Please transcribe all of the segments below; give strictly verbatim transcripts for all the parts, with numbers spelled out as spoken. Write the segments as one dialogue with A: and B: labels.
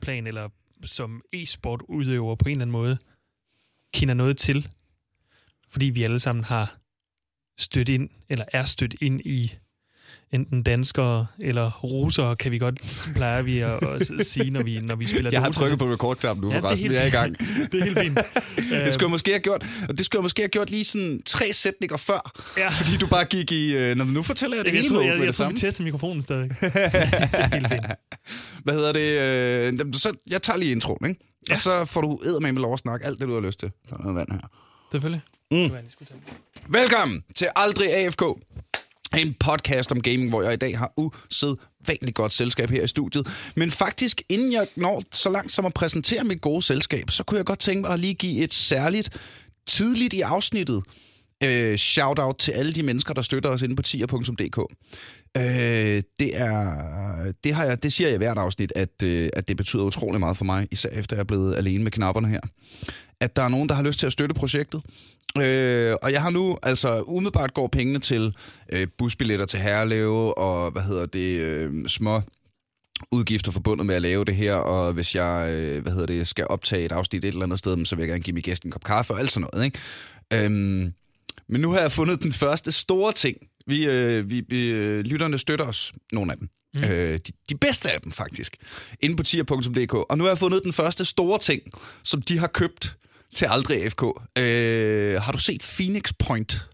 A: plan, eller som e-sport udøver på en eller anden måde, kender noget til, fordi vi alle sammen har stødt ind, eller er stødt ind i enten danskere eller russere, kan vi godt, plejer vi at, at sige, når vi, når vi spiller
B: Jeg har trykket på rekordknappen nu,
A: ja,
B: forresten. Vi er i gang.
A: Det er helt fint.
B: Det skulle jeg måske have gjort, og det skulle jeg måske have gjort lige sådan tre sætninger før, ja. Fordi du bare gik i... Når nu fortæller jeg det
A: jeg
B: hele
A: tror,
B: med
A: jeg,
B: det
A: jeg
B: samme.
A: Jeg tror, vi tester mikrofonen stadig. Så det er helt fint.
B: Hvad hedder det? Så jeg tager lige introen, ikke? Ja. Og så får du eddermame lov at snakke alt det, du har lyst til. Der er noget vand her.
A: Selvfølgelig.
B: Mm. Velkommen til Aldrig A F K. En podcast om gaming, hvor jeg i dag har usædvanligt godt selskab her i studiet. Men faktisk, inden jeg når så langt som at præsentere mit gode selskab, så kunne jeg godt tænke mig at lige give et særligt tidligt i afsnittet øh, shout-out til alle de mennesker, der støtter os inde på tier punktum d k. Øh, det er, det har jeg, det siger jeg i hvert afsnit, at, øh, at det betyder utrolig meget for mig, især efter jeg er blevet alene med knapperne her. At der er nogen, der har lyst til at støtte projektet. Øh, og jeg har nu, altså umiddelbart går pengene til øh, busbilletter til Herlev, og hvad hedder det, øh, små udgifter forbundet med at lave det her, og hvis jeg, øh, hvad hedder det, skal optage et afsnit et eller andet sted, så vil jeg gerne give min gæst en kop kaffe og alt sådan noget, ikke? Øhm, men nu har jeg fundet den første store ting. Vi, øh, vi, vi øh, lytterne støtter os, nogle af dem. Mm. Øh, de, de bedste af dem, faktisk. Inde på tier punktum d k. Og nu har jeg fundet den første store ting, som de har købt til Aldrig A F K. Øh, har du set Phoenix Point?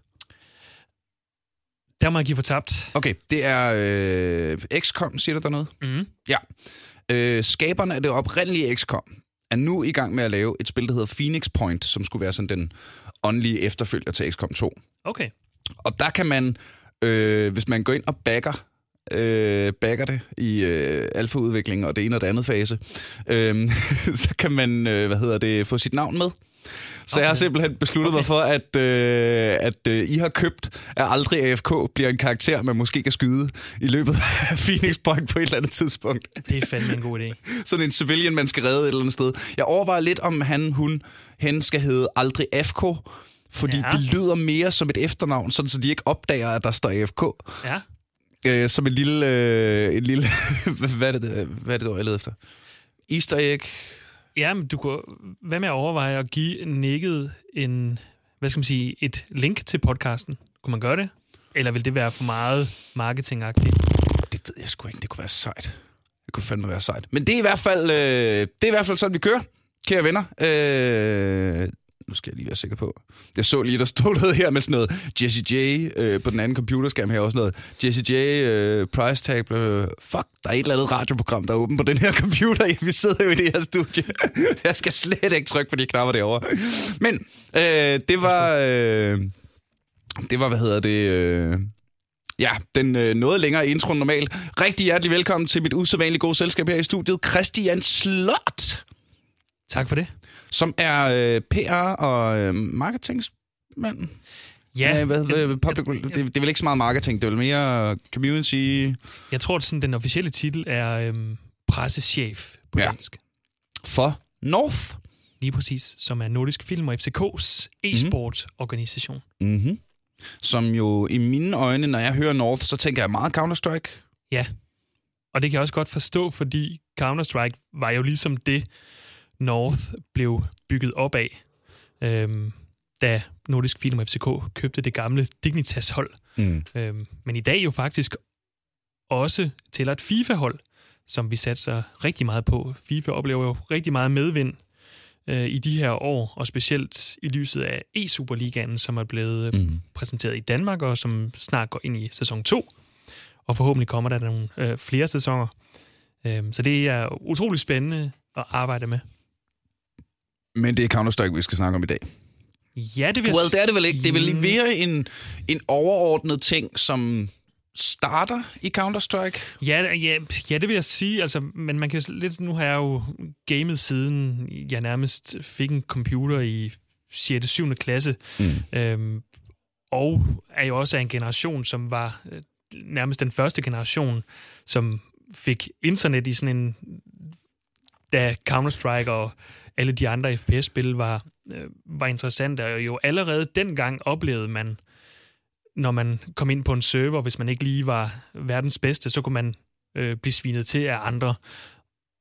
A: Der må jeg give for tabt.
B: Okay, det er øh, X COM, siger du der noget?
A: Mm.
B: Ja. Øh, skaberne af det oprindelige X COM er nu i gang med at lave et spil, der hedder Phoenix Point, som skulle være sådan den åndelige efterfølger til X COM to.
A: Okay.
B: Og der kan man, øh, hvis man går ind og backer, øh, backer det i øh, alfa-udviklingen og det ene og det andet fase, øh, så kan man, øh, hvad hedder det, få sit navn med. Så okay. Jeg har simpelthen besluttet okay. mig for, at, øh, at øh, I har købt, at Aldrig A F K bliver en karakter, man måske kan skyde i løbet af Phoenix Point på et eller andet tidspunkt.
A: Det er fandme en god idé.
B: Sådan en civilian, man skal redde et eller andet sted. Jeg overvejer lidt, om han, hun, hen skal hedde Aldrig F K, fordi ja. Det lyder mere som et efternavn, sådan så de ikke opdager, at der står A F K.
A: Ja.
B: Øh, som en lille... Øh, en lille hvad er det, hvad er det, jeg leder efter? Easter egg...
A: Ja, men du kunne... Hvad med at overveje at give Nikket en... Hvad skal man sige? Et link til podcasten? Kunne man gøre det? Eller vil det være for meget marketingagtigt?
B: Det ved jeg sgu ikke. Det kunne være sejt. Det kunne fandme være sejt. Men det er i hvert fald, øh, det er i hvert fald sådan, vi kører, kære venner. Øh, nu skal jeg lige være sikker på. Jeg så lige, der stod noget her med sådan noget Jesse J øh, på den anden computerskærm her også noget. Jesse J, øh, price tag, øh, fuck, der er et eller andet radioprogram, der er åbent på den her computer. Vi sidder jo i det her studie. Jeg skal slet ikke trykke på de knapper derovre. Men øh, det var, øh, det var, hvad hedder det... Øh, Ja, den øh, noget længere intro normalt. Rigtig hjertelig velkommen til mit usædvanligt gode selskab her i studiet, Christian Slot.
A: Tak for det.
B: Som er øh, P R og øh, marketingsmand.
A: Ja.
B: Nej, hvad, hvad, public, det, det er vel ikke så meget marketing, det er vel mere community.
A: Jeg tror, at sådan, den officielle titel er øhm, pressechef på
B: ja.
A: dansk.
B: For North.
A: Lige præcis, som er Nordisk Film og F C K's e-sport-organisation.
B: Mhm. Som jo i mine øjne, når jeg hører North, så tænker jeg meget Counter-Strike.
A: Ja, og det kan jeg også godt forstå, fordi Counter-Strike var jo ligesom det, North blev bygget op af, øhm, da Nordisk Film og F C K købte det gamle Dignitas-hold. Mm. Øhm, men i dag jo faktisk også til et FIFA-hold, som vi satser rigtig meget på. FIFA oplever jo rigtig meget medvind i de her år, og specielt i lyset af e-Superligaen, som er blevet mm. præsenteret i Danmark, og som snart går ind i sæson to. Og forhåbentlig kommer der nogle øh, flere sæsoner. Øhm, så det er utrolig spændende at arbejde med.
B: Men det er Counter-Strike, vi skal snakke om i dag.
A: Ja, det vil
B: well, det er det vel ikke. Det er vel mere en, en overordnet ting, som starter i Counter-Strike?
A: Ja, ja, ja, det vil jeg sige. Altså, men man kan lidt, nu har jeg jo gamet siden jeg nærmest fik en computer i sjette syvende klasse. Mm. Øhm, og er jo også af en generation, som var øh, nærmest den første generation, som fik internet i sådan en... Da Counter-Strike og alle de andre F P S-spil var, øh, var interessante. Og jo allerede dengang oplevede man, når man kom ind på en server, hvis man ikke lige var verdens bedste, så kunne man øh, blive svinet til af andre.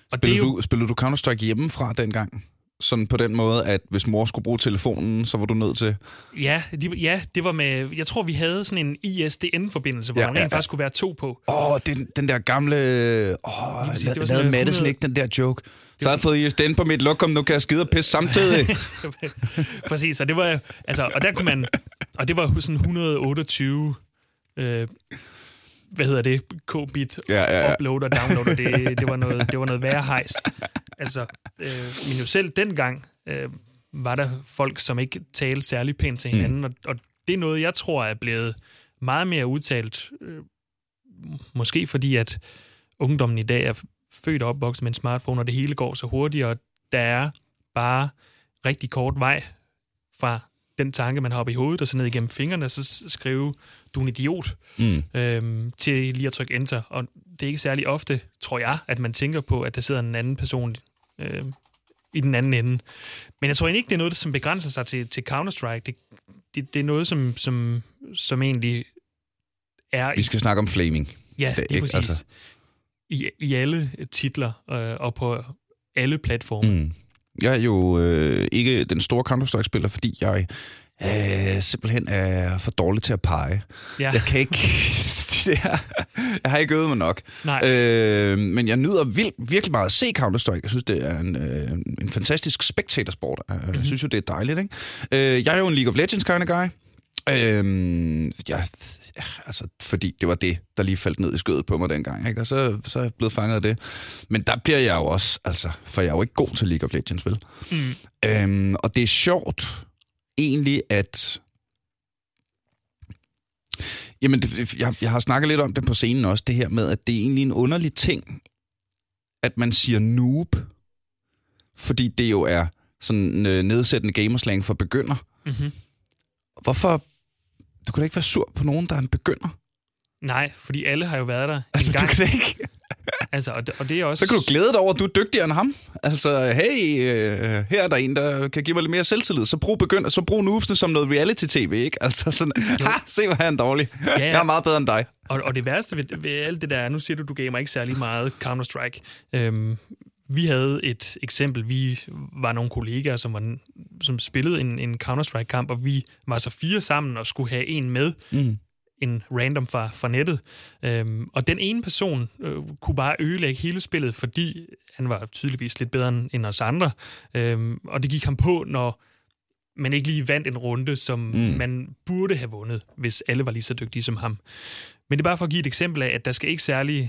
B: Spillede,
A: jo...
B: du, spillede du Counter-Strike hjemmefra dengang? Sådan på den måde, at hvis mor skulle bruge telefonen, så var du nødt til...
A: Ja, de, ja, det var med... Jeg tror, vi havde sådan en I S D N-forbindelse, hvor ja, man rent ja, ja. faktisk kunne være to på.
B: Åh, oh, den, den der gamle... Åh, oh, la- lavede Madison ikke den der joke? Så har jeg fået I S D N på mit lokum, nu kan jeg skide og pisse samtidig.
A: Præcis, og det var... Altså, og der kunne man... Og det var sådan et hundrede og otteogtyve... Øh, hvad hedder det? K-bit
B: ja, ja, ja.
A: upload og download, og det, det, var noget, det var noget værre hejs. Altså, øh, men jo selv dengang øh, var der folk, som ikke talte særlig pænt til hinanden, mm. og, og det er noget, jeg tror er blevet meget mere udtalt, øh, måske fordi, at ungdommen i dag er født og opvokset med en smartphone, og det hele går så hurtigt, og der er bare rigtig kort vej fra den tanke, man har oppe i hovedet, og så ned igennem fingrene, og så skrive, du er en idiot, mm. øhm, til lige at trykke enter. Og det er ikke særlig ofte, tror jeg, at man tænker på, at der sidder en anden person øh, i den anden ende. Men jeg tror egentlig ikke, det er noget, som begrænser sig til, til Counter-Strike. Det, det, det er noget, som, som, som egentlig er...
B: Vi skal snakke om flaming.
A: Ja, det er præcis. Altså. I, I alle titler øh, og på alle platforme. Mm.
B: Jeg er jo øh, ikke den store Counter-Strike-spiller, fordi jeg øh, simpelthen er for dårlig til at pege. Ja. Jeg kan ikke... jeg har ikke øvet mig nok. Øh, men jeg nyder vild, virkelig meget at se Counter-Strike. Jeg synes, det er en, øh, en fantastisk spectatorsport. Mm-hmm. Jeg synes jo, det er dejligt, ikke? Øh, jeg er jo en League of Legends kind of guy. Øhm, ja, altså, fordi det var det, der lige faldt ned i skødet på mig dengang, ikke? Og så, så er jeg blevet fanget af det. Men der bliver jeg jo også, altså, for jeg er jo ikke god til League of Legends, vel? Mm. Øhm, og det er sjovt, egentlig, at... Jamen, det, jeg, jeg har snakket lidt om det på scenen også, det her med, at det er egentlig en underlig ting, at man siger noob, fordi det jo er sådan øh, nedsættende gamerslang for begynder. Mhm. Hvorfor? Du kan da ikke være sur på nogen, der er en begynder.
A: Nej, fordi alle har jo været der
B: altså,
A: en gang.
B: Du kan ikke.
A: altså, og det, og det er også...
B: Så kan du glæde dig over, at du er dygtigere end ham. Altså, hey, øh, her er der en, der kan give mig lidt mere selvtillid. Så brug, begynder, så brug noobsene som noget reality-tv, ikke? Altså sådan, ha, se hvor han er dårlig. Ja, ja. Jeg er meget bedre end dig.
A: Og, og det værste ved, ved alt det der, nu siger du, du gamer ikke særlig meget Counter-Strike. Øhm, vi havde et eksempel. Vi var nogle kollegaer, som, var, som spillede en, en Counter-Strike-kamp, og vi var så fire sammen og skulle have en med, mm. en random fra, fra nettet. Øhm, og den ene person øh, kunne bare ødelægge hele spillet, fordi han var tydeligvis lidt bedre end, end os andre. Øhm, og det gik ham på, når man ikke lige vandt en runde, som mm. man burde have vundet, hvis alle var lige så dygtige som ham. Men det er bare for at give et eksempel af, at der skal ikke særlig...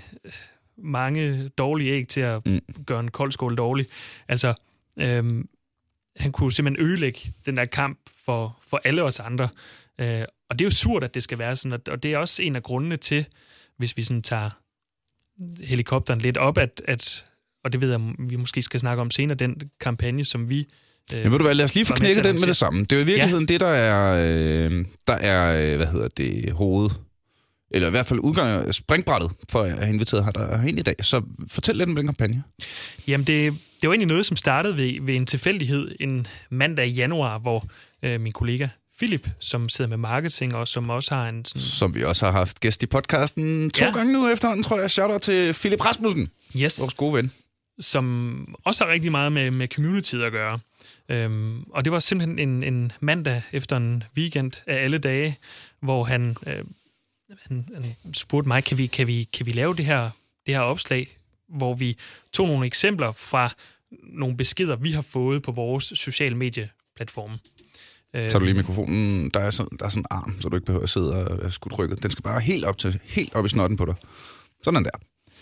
A: mange dårlige æg til at mm. gøre en koldskål dårlig. Altså, øhm, han kunne simpelthen ødelægge den der kamp for, for alle os andre. Øh, og det er jo surt, at det skal være sådan, og det er også en af grundene til, hvis vi sådan tager helikopteren lidt op, at, at og det ved jeg, vi måske skal snakke om senere, den kampagne, som vi... Øh,
B: ja, ved du hvad, lad os lige få knækket den med det samme. Det er jo i virkeligheden ja. det, der er, øh, der er, hvad hedder det, hoved... Eller i hvert fald udgang springbrættet, for at jeg har inviteret her der hen i dag. Så fortæl lidt om den kampagne.
A: Jamen, det, det var egentlig noget, som startede ved, ved en tilfældighed en mandag i januar, hvor øh, min kollega Philip, som sidder med marketing, og som også har en... Sådan...
B: Som vi også har haft gæst i podcasten to ja. gange nu efterhånden, tror jeg. Shout out til Philip Rasmussen.
A: Yes.
B: Vores gode ven.
A: Som også har rigtig meget med, med community at gøre. Øhm, og det var simpelthen en, en mandag efter en weekend af alle dage, hvor han... Øh, Han, han spurgte mig, kan vi, kan vi, kan vi lave det her, det her opslag, hvor vi tog nogle eksempler fra nogle beskeder, vi har fået på vores sociale medieplatforme.
B: Så du lige mikrofonen, der er, sådan, der er sådan en arm, så du ikke behøver at sidde og skudde rykket. Den skal bare helt op, til, helt op i snotten på dig. Sådan der.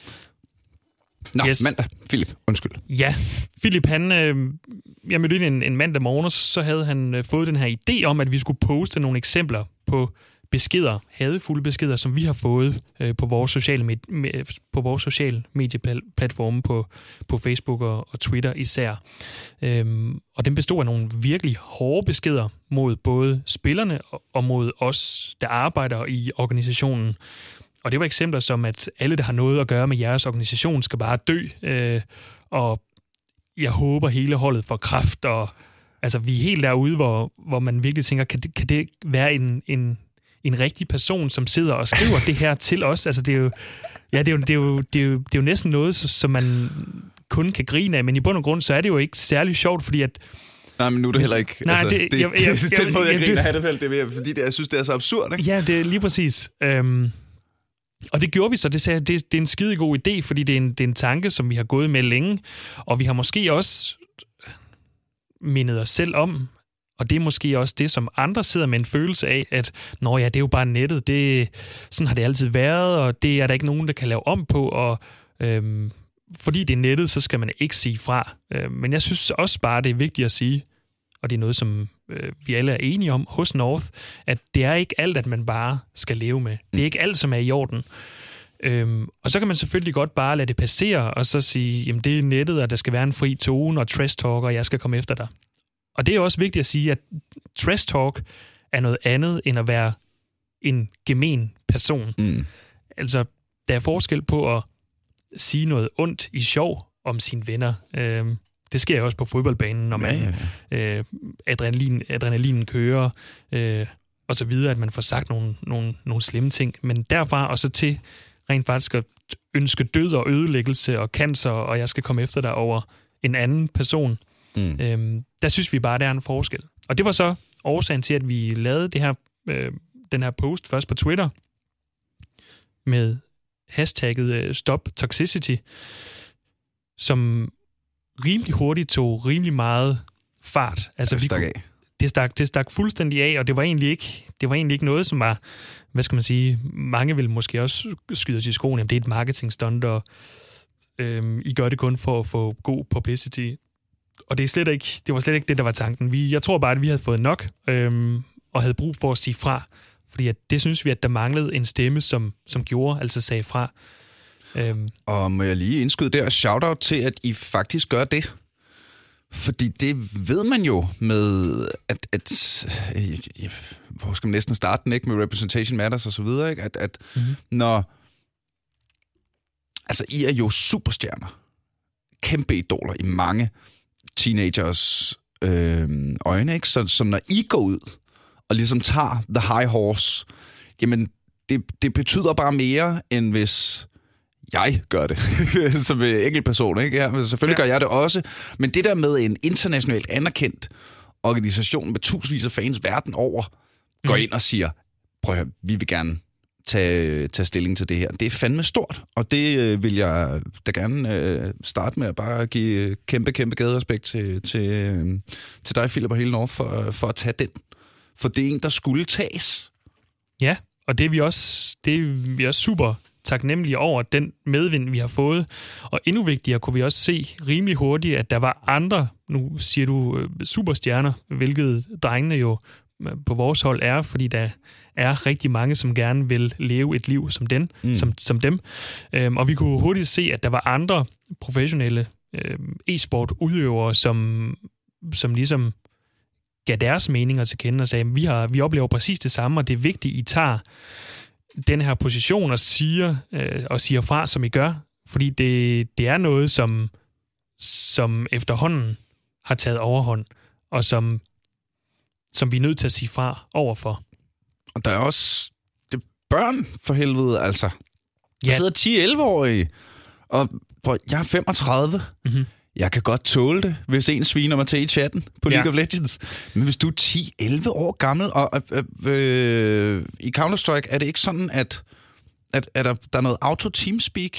B: Nå, yes. Mandag. Philip, undskyld.
A: Ja, Philip, han, øh, jeg mødte ind en, en mandag morgen, og så havde han øh, fået den her idé om, at vi skulle poste nogle eksempler på beskeder, hadefulde beskeder, som vi har fået øh, på vores sociale med, med, på vores sociale medieplatforme på på Facebook og, og Twitter især. Øhm, og den bestod af nogle virkelig hårde beskeder mod både spillerne og, og mod os, der arbejder i organisationen. Og det var eksempler som, at alle, der har noget at gøre med jeres organisation, skal bare dø. Øh, og jeg håber, hele holdet får kraft. Og altså, vi er helt derude, hvor, hvor man virkelig tænker, kan det, kan det være en, en en rigtig person, som sidder og skriver det her til os. Altså, det er jo, ja, det er jo, det er jo, det er jo, det er jo næsten noget, som man kun kan grine af, men i bund og grund, så er det jo ikke særlig sjovt, fordi at...
B: Nej, men nu er det heller ikke...
A: Nej,
B: altså,
A: det,
B: det,
A: jeg, jeg,
B: det,
A: jeg,
B: den måde, jeg, jeg griner
A: jeg,
B: af det, det er, fordi det, jeg synes, det er så absurd, ikke?
A: Ja, det er lige præcis. Øhm, og det gjorde vi så. Det, sagde, det, det er en skide god idé, fordi det er, en, det er en tanke, som vi har gået med længe, og vi har måske også mindet os selv om, og det er måske også det, som andre sidder med en følelse af, at nå ja, det er jo bare nettet, det, sådan har det altid været, og det er der ikke nogen, der kan lave om på, og øhm, fordi det er nettet, så skal man ikke sige fra. Øh, men jeg synes også bare, det er vigtigt at sige, og det er noget, som øh, vi alle er enige om hos North, at det er ikke alt, at man bare skal leve med. Det er ikke alt, som er i orden. Øhm, og så kan man selvfølgelig godt bare lade det passere, og så sige, jamen det er nettet, at der skal være en fri tone og trash talk, og jeg skal komme efter dig. Og det er også vigtigt at sige, at trash talk er noget andet, end at være en gemen person. Mm. Altså, der er forskel på at sige noget ondt i sjov om sine venner. Øhm, det sker også på fodboldbanen, når man ja, ja, ja. Øh, adrenalin, adrenalinen kører, øh, og så videre, at man får sagt nogle, nogle, nogle slemme ting. Men derfra og så til rent faktisk at ønske død og ødelæggelse og cancer, og jeg skal komme efter dig over en anden person. Mm. Øhm, der synes vi bare, der er en forskel. Og det var så årsagen til, at vi lavede det her, øh, den her post først på Twitter med hashtagget øh, Stop Toxicity, som rimelig hurtigt tog rimelig meget fart. Altså,
B: det stak
A: vi,
B: af.
A: Det stak, det stak fuldstændig af, og det var egentlig ikke, det var egentlig ikke noget, som var, hvad skal man sige, mange vil måske også skyde os i skoene, jamen det er et marketing-stunt, og øhm, I gør det kun for at få god publicity. Og det, er slet ikke, det var slet ikke det, der var tanken. Vi, jeg tror bare, at vi havde fået nok, øhm, og havde brug for at sige fra. Fordi at det synes vi, at der manglede en stemme, som, som gjorde, altså sagde fra. Øhm.
B: Og må jeg lige indskyde der, shout-out til, at I faktisk gør det. Fordi det ved man jo med, at, at øh, hvor skal man næsten starte den, ikke? Med representation matters og så videre, ikke? At, at mm-hmm. når, altså I er jo superstjerner, kæmpe idoler i mange teenagers øh, øjne, ikke? Så, så når I går ud og ligesom tager the high horse, jamen det, det betyder bare mere, end hvis jeg gør det, som enkelt person, ikke? Ja, men selvfølgelig ja. gør jeg det også, men det der med en internationalt anerkendt organisation med tusindvis af fans verden over, mm. går ind og siger, prøv at høre, vi vil gerne tage, tage stilling til det her. Det er fandme stort, og det øh, vil jeg da gerne øh, starte med at bare give kæmpe, kæmpe gæderespekt til, til, øh, til dig, Philip, og hele North, for, for at tage den. For det er en, der skulle tages.
A: Ja, og det er vi også, det er vi også super taknemmelige over den medvind, vi har fået. Og endnu vigtigere kunne vi også se rimelig hurtigt, at der var andre, nu siger du superstjerner, hvilket drengene jo på vores hold er, fordi der er rigtig mange, som gerne vil leve et liv som, den, mm. som, som dem. Øhm, og vi kunne hurtigt se, at der var andre professionelle øhm, e-sport-udøvere, som, som ligesom gav deres meninger til kende og sagde, vi, har, vi oplever præcis det samme, og det er vigtigt, I tager den her position og siger, øh, og siger fra, som I gør, fordi det, det er noget, som, som efterhånden har taget overhånd, og som, som vi er nødt til at sige fra overfor.
B: Og der er også det børn for helvede, altså. Der
A: ja.
B: sidder ti elleve-årige, og jeg er femogtredive. Mm-hmm. Jeg kan godt tåle det, hvis en sviner mig til i chatten på League ja. of Legends. Men hvis du er ti elleve år gammel, og øh, øh, i Counter-Strike, er det ikke sådan, at, at, at der, der er noget auto-teamspeak?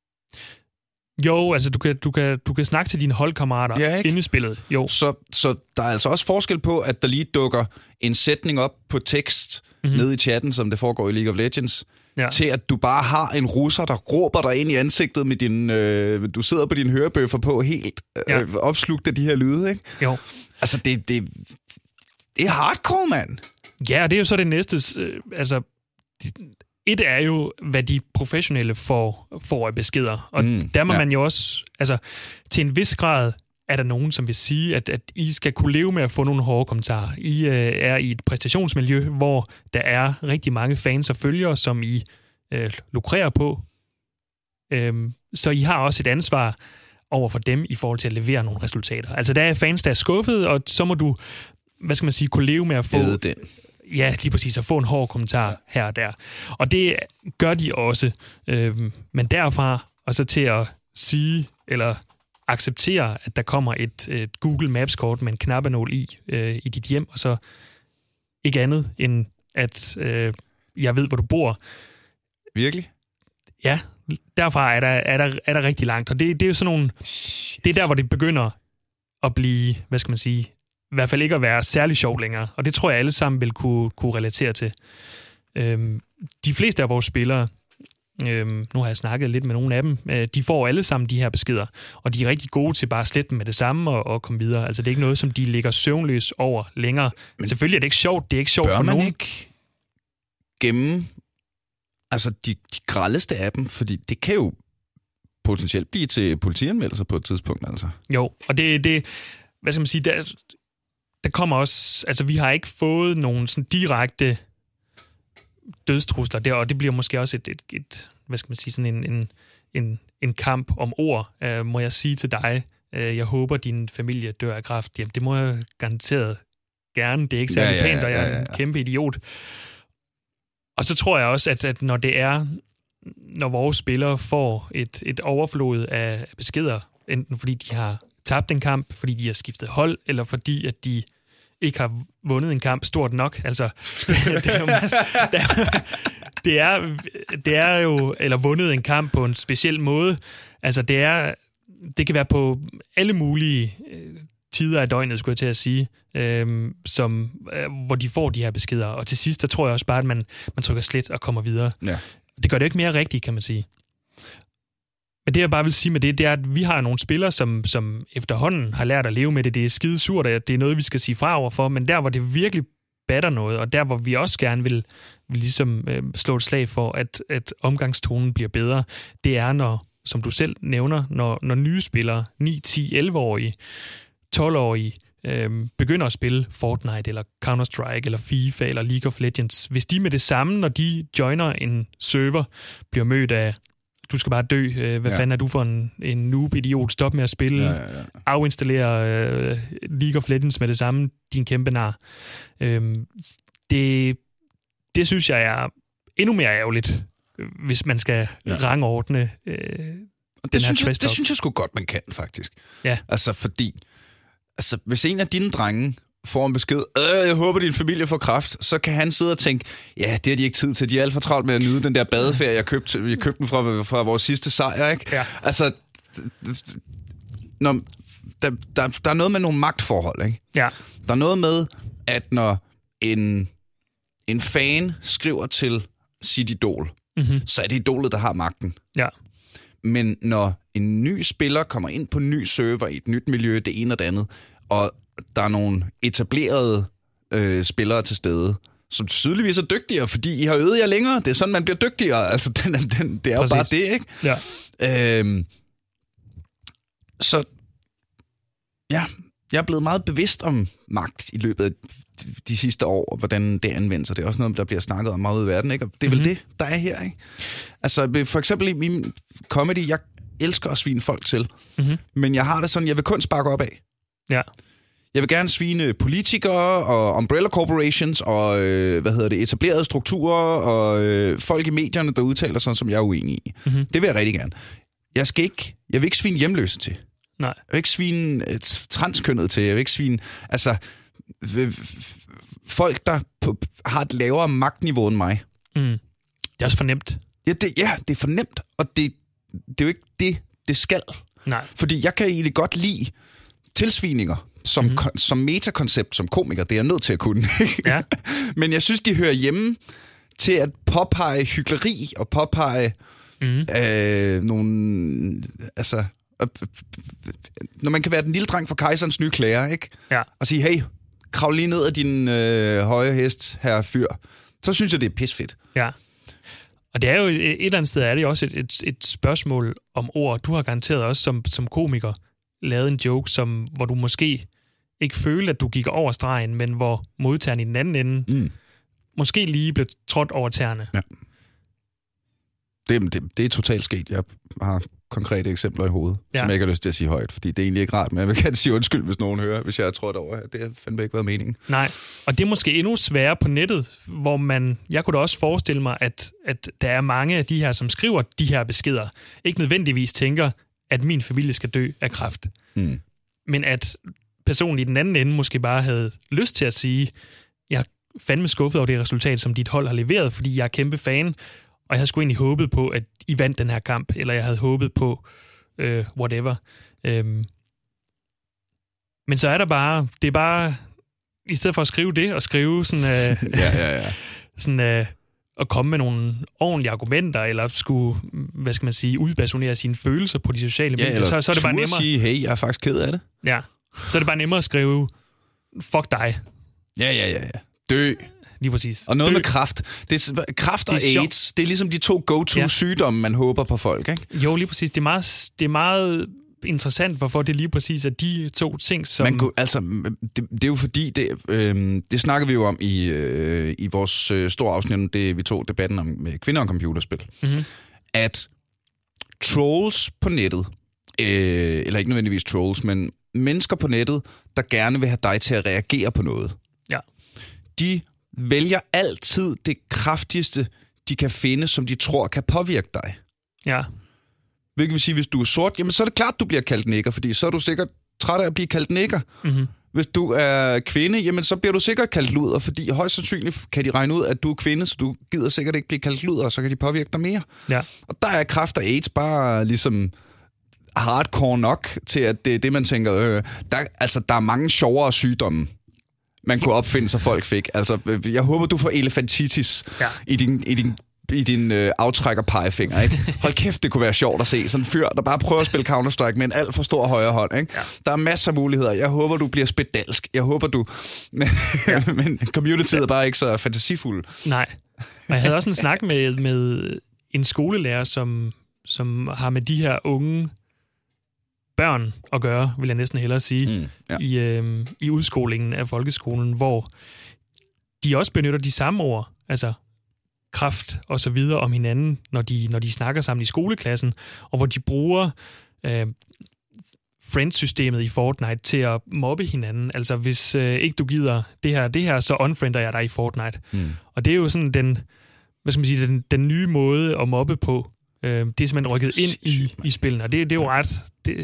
A: Jo, altså du kan, du kan, du kan snakke til dine holdkammerater ja, inde i spillet. Jo.
B: Så, så der er altså også forskel på, at der lige dukker en sætning op på tekst mm-hmm. nede i chatten, som det foregår i League of Legends, ja. til at du bare har en russer, der råber dig ind i ansigtet med din... Øh, du sidder på dine hørebøffer på helt øh, ja. opslugt af de her lyde, ikke?
A: Jo.
B: Altså, det, det, det er hardcore, mand.
A: Ja, og det er jo så det næste... Øh, altså, et er jo, hvad de professionelle får, får af beskeder. Og mm, der må ja. man jo også... Altså, til en vis grad er der nogen, som vil sige, at, at I skal kunne leve med at få nogle hårde kommentarer. I øh, er i et præstationsmiljø, hvor der er rigtig mange fans og følgere, som I øh, lukrerer på. Øhm, så I har også et ansvar over for dem i forhold til at levere nogle resultater. Altså, der er fans, der er skuffet, og så må du, hvad skal man sige, kunne leve med at få...
B: den.
A: Ja, lige præcis, at få en hård kommentar her og der. Og det gør de også. Øhm, men derfra, og så til at sige, eller acceptere, at der kommer et, et Google Maps-kort med en knappenål i, øh, i dit hjem, og så ikke andet end, at øh, jeg ved, hvor du bor.
B: Virkelig?
A: Ja, derfra er der, er der, er der rigtig langt. Og det, det er jo sådan nogle... Shit. Det er der, hvor det begynder at blive, hvad skal man sige, i hvert fald ikke at være særlig sjovt længere. Og det tror jeg alle sammen vil kunne, kunne relatere til. Øhm, de fleste af vores spillere, øhm, nu har jeg snakket lidt med nogle af dem, øh, de får alle sammen de her beskeder. Og de er rigtig gode til bare at slette dem med det samme og, og komme videre. Altså det er ikke noget, som de ligger søvnløs over længere. Men selvfølgelig er det ikke sjovt. Det er ikke sjovt for nogen. Bør man
B: ikke gemme altså de, de grelleste af dem? Fordi det kan jo potentielt blive til politianmeldelser på et tidspunkt, altså.
A: Jo, og det, det hvad skal man sige, der, der kommer også, altså vi har ikke fået nogen sådan direkte dødstrusler der, og det bliver måske også et, et, et hvad skal man sige, sådan en, en, en, en kamp om ord, uh, må jeg sige til dig. Uh, jeg håber, din familie dør af kræft. Jamen, det må jeg garanteret gerne. Det er ikke særlig ja, ja, pænt, og jeg er ja, ja, ja. en kæmpe idiot. Og så tror jeg også, at, at når det er, når vores spillere får et, et overflod af beskeder, enten fordi de har tabt en kamp, fordi de har skiftet hold, eller fordi at de ikke har vundet en kamp stort nok. Altså, det, det, er, jo masse, der, det, er, det er jo, eller vundet en kamp på en speciel måde. Altså, det er, det kan være på alle mulige tider af døgnet, skulle jeg til at sige, øhm, som, øh, hvor de får de her beskeder. Og til sidst, der tror jeg også bare, at man, man trykker slet og kommer videre.
B: Ja.
A: Det gør det ikke mere rigtigt, kan man sige. Men det, jeg bare vil sige med det, det er, at vi har nogle spillere, som, som efterhånden har lært at leve med det. Det er skide surt, og det er noget, vi skal sige fra overfor, men der, hvor det virkelig batter noget, og der, hvor vi også gerne vil, vil ligesom, øh, slå et slag for, at, at omgangstonen bliver bedre, det er, når, som du selv nævner, når, når nye spillere, ni, ti, elleve-årige, tolv-årige, øh, begynder at spille Fortnite, eller Counter-Strike, eller FIFA, eller League of Legends. Hvis de med det samme, når de joiner en server, bliver mødt af du skal bare dø. Hvad ja. fanden er du for en, en noob-idiot? Stop med at spille. Ja, ja, ja. Afinstallere uh, League of Legends med det samme. Din kæmpe nar. Øhm, det, det synes jeg er endnu mere ærgerligt, hvis man skal ja. rangordne øh, den
B: det
A: her
B: synes jeg, det synes jeg sgu godt, man kan, faktisk.
A: Ja.
B: Altså, fordi altså, hvis en af dine drenge får en besked, øh, jeg håber, din familie får kræft, så kan han sidde og tænke, ja, det har de ikke tid til. De er alt for travlt med at nyde den der badeferie, jeg købte, jeg købte den fra, fra vores sidste sejr, ikke?
A: Ja.
B: Altså, når, der, der, der er noget med nogle magtforhold, ikke?
A: Ja.
B: Der er noget med, at når en, en fan skriver til sit idol, mm-hmm. så er det idolet, der har magten.
A: Ja.
B: Men når en ny spiller kommer ind på en ny server i et nyt miljø, det ene og det andet, og der er nogle etablerede øh, spillere til stede, som tydeligvis er dygtigere, fordi I har øvet jer længere. Det er sådan, man bliver dygtigere. Altså, den, den, det er Præcis. jo bare det, ikke?
A: Ja.
B: Øhm, så ja, jeg er blevet meget bevidst om magt i løbet af de sidste år, og hvordan det anvendes. Og det er også noget, der bliver snakket om meget ud i verden, ikke? Og det er mm-hmm. vel det, der er her, ikke? Altså, for eksempel i min comedy, jeg elsker at svine folk til, mm-hmm. men jeg har det sådan, jeg vil kun sparke op af.
A: Ja.
B: Jeg vil gerne svine politikere og umbrella corporations og øh, hvad hedder det, etablerede strukturer og øh, folk i medierne, der udtaler sådan, som jeg er uenig i. Mm-hmm. Det vil jeg rigtig gerne. Jeg skal ikke, jeg vil ikke svine hjemløse til.
A: Nej.
B: Jeg vil ikke svine øh, transkønnet til. Jeg vil ikke svine, altså øh, folk, der på, har et lavere magtniveau end mig.
A: Mm. Det er også fornemt.
B: Ja, det, ja, det er fornemt, og det, det er jo ikke det, det skal.
A: Nej.
B: Fordi jeg kan egentlig godt lide tilsvininger. Som, mm-hmm. kon- som metakoncept, som komiker, det er jeg nødt til at kunne.
A: Ja.
B: Men jeg synes, de hører hjemme til at påpege hykleri og påpege mm-hmm. øh, nogle... Altså, øh, når man kan være den lille dreng fra kejserens nye klæder, ikke?
A: Ja.
B: Og sige, hey, kravl lige ned af din øh, høje hest, herre fyr. Så synes jeg, det er pisfedt.
A: Ja. Og det er jo et eller andet sted, er det jo også et, et, et spørgsmål om ord. Du har garanteret også som, som komiker lavet en joke, som, hvor du måske ikke følte, at du gik over stregen, men hvor modtageren i den anden ende mm. måske lige blev trådt over tæerne. Ja.
B: Det, det, det er totalt sket. Jeg har konkrete eksempler i hovedet, ja. som jeg ikke har lyst til at sige højt, fordi det er egentlig ikke rart, men jeg vil gerne sige undskyld, hvis nogen hører, hvis jeg har trådt over. Det har fandme ikke været meningen.
A: Nej, og det er måske endnu sværere på nettet, hvor man, jeg kunne da også forestille mig, at, at der er mange af de her, som skriver de her beskeder, ikke nødvendigvis tænker, at min familie skal dø af kræft.
B: Mm.
A: Men at personen i den anden ende måske bare havde lyst til at sige, jeg er fandme skuffet over det resultat, som dit hold har leveret, fordi jeg er kæmpe fan, og jeg havde sgu egentlig håbet på, at I vandt den her kamp, eller jeg havde håbet på øh, whatever. Øhm. Men så er der bare, det er bare, i stedet for at skrive det, og skrive sådan, øh,
B: ja, ja, ja.
A: sådan øh, at komme med nogle ordentlige argumenter, eller skulle, hvad skal man sige, udbasunere sine følelser på de sociale
B: ja,
A: medier, så, så er det bare nemmere.
B: sige, hey, jeg er faktisk ked af det.
A: Ja, så er det bare nemmere at skrive, fuck dig.
B: Ja, ja, ja, ja. Dø.
A: Lige præcis.
B: Og noget
A: Dø.
B: med kræft. Det er, kræft og
A: det er
B: AIDS, sjovt. Det er ligesom de to go-to-sygdomme, ja. Man håber på folk, ikke?
A: Jo, lige præcis. Det er meget, det er meget interessant, hvorfor det lige præcis er de to ting, som...
B: Man kunne, altså, det, det er jo fordi, det, øh, det snakker vi jo om i, øh, i vores øh, store afsnit, det vi tog debatten om med kvinder og computerspil, mm-hmm. at trolls på nettet, øh, eller ikke nødvendigvis trolls, men mennesker på nettet, der gerne vil have dig til at reagere på noget,
A: ja.
B: De vælger altid det kraftigste, de kan finde, som de tror kan påvirke dig.
A: Ja.
B: Hvilket vil sige, hvis du er sort, jamen så er det klart, du bliver kaldt nigger, fordi så er du sikkert træt af at blive kaldt nigger. Mm-hmm. Hvis du er kvinde, jamen så bliver du sikkert kaldt luder, fordi højst sandsynligt kan de regne ud, at du er kvinde, så du gider sikkert ikke blive kaldt luder, og så kan de påvirke dig mere.
A: Ja.
B: Og der er kræft og AIDS bare ligesom hardcore nok til, at det er det, man tænker, øh, der, altså der er mange sjovere sygdomme, man kunne opfinde, så folk fik. Altså, jeg håber, du får elefantitis ja. i din, i din, i din øh, aftrækker pegefinger, ikke? Hold kæft, det kunne være sjovt at se. Sådan en fyr, der bare prøver at spille Counter-Strike med en alt for stor højre hånd, ikke? Ja. Der er masser af muligheder. Jeg håber, du bliver spedalsk. Jeg håber, du... ja. Men communityet er bare ikke så fantasifuld.
A: Nej. Og jeg havde også en snak med, med en skolelærer, som, som har med de her unge børn at gøre, vil jeg næsten hellere sige, mm, ja. i, øh, i udskolingen af folkeskolen, hvor de også benytter de samme ord, altså kræft og så videre om hinanden, når de, når de snakker sammen i skoleklassen, og hvor de bruger øh, friendsystemet i Fortnite til at mobbe hinanden. Altså, hvis øh, ikke du gider det her, det her, så unfriender jeg dig i Fortnite. Mm. Og det er jo sådan den, hvad skal man sige, den, den nye måde at mobbe på. Øh, det er simpelthen rykket ind i, i spillene, og det, det er jo ret det,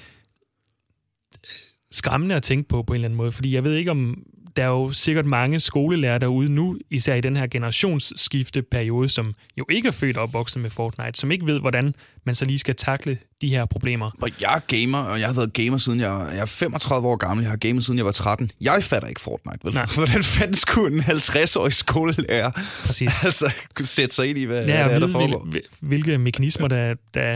A: skræmmende at tænke på, på en eller anden måde, fordi jeg ved ikke om, der er jo sikkert mange skolelærer derude nu, især i den her generationsskifteperiode, som jo ikke er født og opvokset med Fortnite, som ikke ved, hvordan man så lige skal takle de her problemer.
B: Og jeg er gamer, og jeg har været gamer siden jeg, jeg er femogtredive år gammel. Jeg har gamet siden jeg var tretten. Jeg fatter ikke Fortnite, vel? Nej. Hvordan fanden skulle en halvtreds-årig skolelærer
A: Præcis.
B: altså kunne sætte sig ind i, hvad,
A: ja,
B: hvad der, der foregår?
A: Hvilke mekanismer, der, der,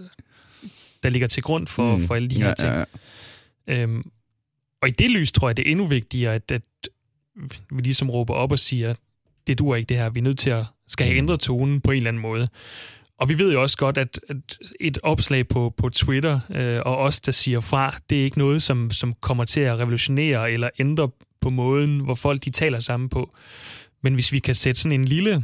A: der ligger til grund for, mm. for alle de her ja, ting. Ja, ja. Øhm, Og i det lys tror jeg, det er endnu vigtigere, at, at vi ligesom råber op og siger, det duer ikke det her, vi er nødt til at skal have ændret tonen på en eller anden måde. Og vi ved jo også godt, at, at et opslag på, på Twitter øh, og os, der siger fra, det er ikke noget, som, som kommer til at revolutionere eller ændre på måden, hvor folk de taler sammen på. Men hvis vi kan sætte sådan en lille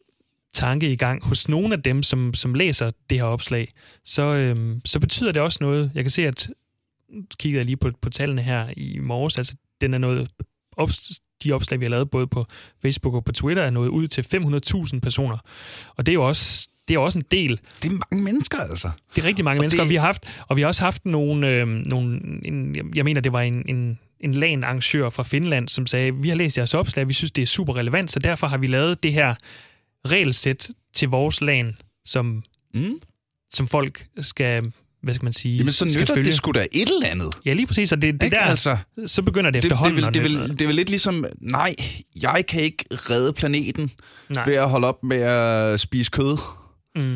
A: tanke i gang hos nogle af dem, som, som læser det her opslag, så, øh, så betyder det også noget. Jeg kan se, at kiggede jeg lige på, på tallene her i morges, altså den er noget, op, de opslag, vi har lavet både på Facebook og på Twitter, er nået ud til fem hundrede tusind personer. Og det er jo også, det er også en del.
B: Det er mange mennesker, altså.
A: Det er rigtig mange og mennesker, det... og vi har haft, og vi har også haft nogle, øh, nogle en, jeg mener, det var en, en, en LAN-arrangør fra Finland, som sagde, vi har læst jeres opslag, vi synes, det er super relevant, så derfor har vi lavet det her regelsæt til vores LAN, som, mm. som folk skal... hvad skal man sige?
B: Jamen, så nytter det sgu da et eller andet.
A: Ja, lige præcis, og det, det der, altså, så begynder det, det efterhånden.
B: Det, det, det, det, det er vel lidt ligesom, nej, jeg kan ikke redde planeten nej. ved at holde op med at spise kød. Mm.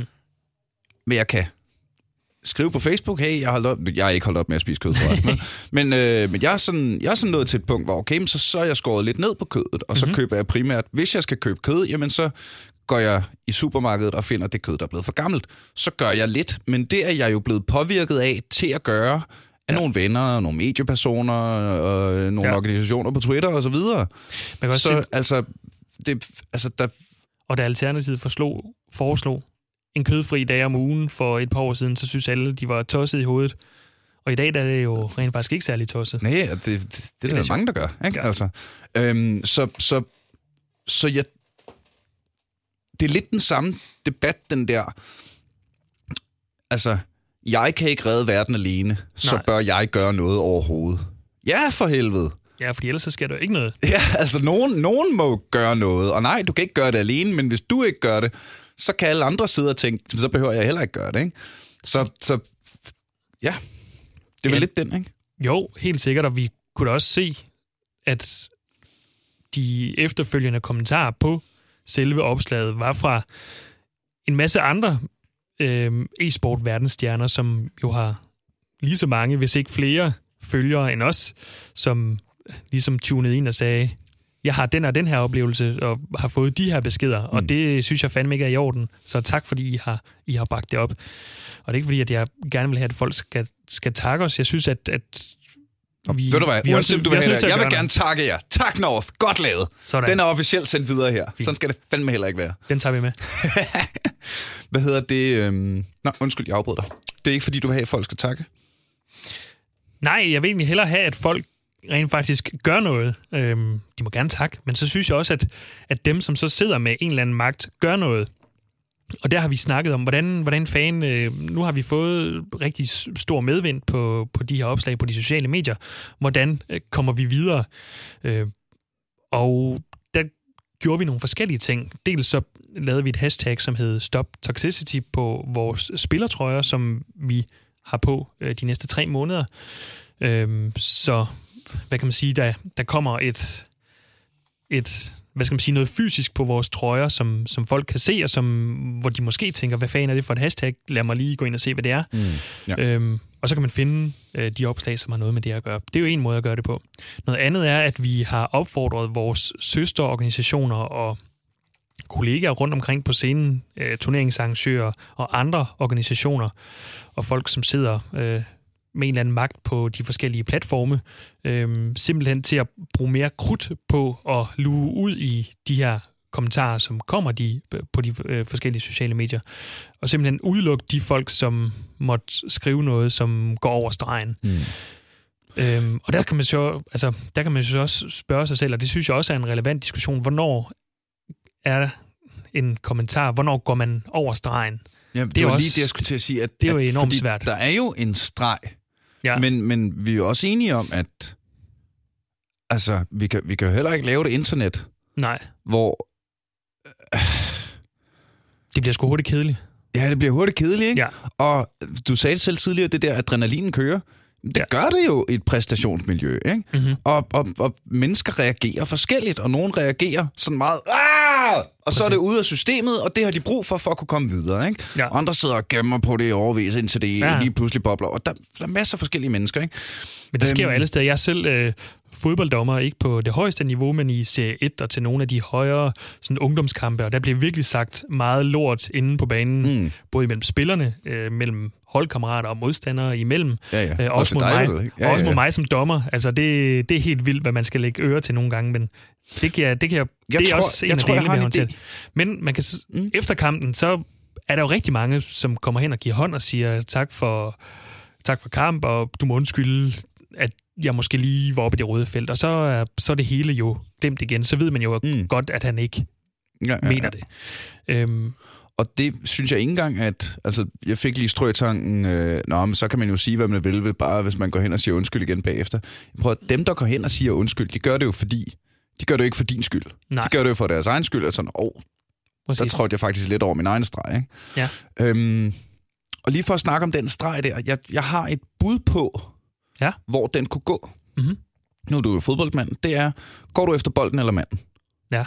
B: Men jeg kan skrive på Facebook, hey, jeg har, holdt op, jeg har ikke holdt op med at spise kød, forresten. men øh, men jeg, er sådan, jeg er sådan nået til et punkt, hvor okay, så, så er jeg skåret lidt ned på kødet, og så mm-hmm. køber jeg primært, hvis jeg skal købe kød, jamen så går jeg i supermarkedet og finder det kød, der er blevet for gammelt. Så gør jeg lidt, men det er jeg jo blevet påvirket af til at gøre af ja. nogle venner, nogle mediepersoner, og nogle ja. organisationer på Twitter og så videre. Man kan så sige, altså, det, altså der...
A: Og da Alternativet forslog, foreslog en kødfri dag om ugen for et par år siden, så synes alle, de var tosset i hovedet. Og i dag der er det jo rent faktisk ikke særlig tosset.
B: Nej, det, det, det, det er der mange, der gør. Ikke? Ja. Altså, øhm, så, så, så jeg... Det er lidt den samme debat, den der... Altså, jeg kan ikke redde verden alene, så
A: Nej.
B: bør jeg gøre noget overhovedet. Ja, for helvede.
A: Ja, fordi ellers så sker der jo ikke noget.
B: Ja, altså nogen, nogen må gøre noget, og nej, du kan ikke gøre det alene, men hvis du ikke gør det, så kan alle andre sidde og tænke, så behøver jeg heller ikke gøre det, ikke? Så, så ja, det er vel
A: ja.
B: lidt den, ikke?
A: Jo, helt sikkert, og vi kunne da også se, at de efterfølgende kommentarer på selve opslaget var fra en masse andre øh, e-sport-verdensstjerner, som jo har lige så mange, hvis ikke flere følgere end os, som ligesom tunede ind og sagde, jeg har den og den her oplevelse, og har fået de her beskeder, mm. og det synes jeg fandme ikke er i orden. Så tak, fordi I har, I har bragt det op. Og det er ikke fordi, at jeg gerne vil have, at folk skal, skal takke os. Jeg synes, at, at vi...
B: Ved du hvad,
A: vi
B: uanset du vil have det, jeg vil
A: gøre
B: gerne takke jer. Tak, North. Godt lavet.
A: Sådan.
B: Den er officielt sendt videre her. Sådan skal det fandme heller ikke være.
A: Den tager vi med.
B: Hvad hedder det? Øhm... Nå, undskyld, jeg afbryder dig. Det er ikke fordi, du vil have, at folk skal takke?
A: Nej, jeg vil egentlig hellere have, at folk rent faktisk gør noget. Øhm, de må gerne takke, men så synes jeg også, at, at dem, som så sidder med en eller anden magt, gør noget. Og der har vi snakket om, hvordan, hvordan fanden... Øh, nu har vi fået rigtig stor medvind på, på de her opslag på de sociale medier. Hvordan øh, kommer vi videre? Øh, og der gjorde vi nogle forskellige ting. Dels så lavede vi et hashtag, som hed Stop Toxicity på vores spillertrøjer, som vi har på øh, de næste tre måneder. Øh, så, hvad kan man sige, der, der kommer et... et hvad skal man sige, noget fysisk på vores trøjer, som, som folk kan se, og som, hvor de måske tænker, hvad fanden er det for et hashtag? Lad mig lige gå ind og se, hvad det er. Mm, ja. øhm, og så kan man finde øh, de opslag, som har noget med det at gøre. Det er jo en måde at gøre det på. Noget andet er, at vi har opfordret vores søsterorganisationer og kollegaer rundt omkring på scenen, øh, turneringsarrangører og andre organisationer, og folk, som sidder... Øh, med en eller anden magt på de forskellige platforme, øhm, simpelthen til at bruge mere krudt på at luge ud i de her kommentarer, som kommer de, på de øh, forskellige sociale medier, og simpelthen udelukke de folk, som måtte skrive noget, som går over stregen. Mm. Øhm, og der kan man så, altså, der kan man så også spørge sig selv, og det synes jeg også er en relevant diskussion, hvornår er en kommentar, hvornår går man over stregen?
B: Ja, det, det er jo lige det, jeg skulle til at sige. At,
A: det er jo
B: at,
A: enormt svært.
B: Der er jo en streg, ja. men, men vi er jo også enige om, at altså, vi kan, vi kan jo heller ikke lave det internet,
A: Nej.
B: hvor... Øh,
A: det bliver sgu hurtigt kedeligt.
B: Ja, det bliver hurtigt kedeligt, ikke?
A: Ja.
B: Og du sagde det selv tidligere, det der adrenalin kører. Det ja. gør det jo i et præstationsmiljø, ikke? Mm-hmm. Og, og, og mennesker reagerer forskelligt, og nogen reagerer sådan meget... Aah! Og så er det ude af systemet, og det har de brug for, for at kunne komme videre, ikke? Ja. Andre sidder og gemmer på det i overvis, indtil det ja. lige pludselig bobler. Og der, der er masser af forskellige mennesker, ikke?
A: Men det sker jo alle steder. Jeg er selv øh, fodbolddommer, ikke på det højeste niveau, men i serie et og til nogle af de højere sådan, ungdomskampe, og der bliver virkelig sagt meget lort inde på banen, mm. både mellem spillerne, øh, mellem holdkammerater og modstandere imellem. Ja, ja. Øh, også, også, mod, mig, ja, ja, ja. også mod mig som dommer. Altså, det, det er helt vildt, hvad man skal lægge øre til nogle gange, men det, kan jeg, det, kan jeg, jeg det er tror, også en af delene, vi har håndteret. Men man kan, mm. efter kampen, så er der jo rigtig mange, som kommer hen og giver hånd og siger tak for, tak for kamp, og du må undskylde, at jeg måske lige var oppe i det røde felt, og så er, så er det hele jo glemt igen. Så ved man jo mm. godt, at han ikke ja, ja, mener ja. det. Øhm,
B: Og det synes jeg ikke engang, at... Altså, jeg fik lige strøtanken, øh, nå, men så kan man jo sige, hvad man vil, ved, bare hvis man går hen og siger undskyld igen bagefter. Jeg prøver, dem, der går hen og siger undskyld, de gør det jo fordi... De gør det jo ikke for din skyld. Nej. De gør det jo for deres egen skyld, og sådan, åh, oh, der trådte jeg faktisk lidt over min egen streg, ikke?
A: Ja.
B: Øhm, og lige for at snakke om den streg der, jeg, jeg har et bud på,
A: ja.
B: hvor den kunne gå.
A: Mm-hmm.
B: Nu er du jo fodboldmand. Det er, går du efter bolden eller manden?
A: Ja.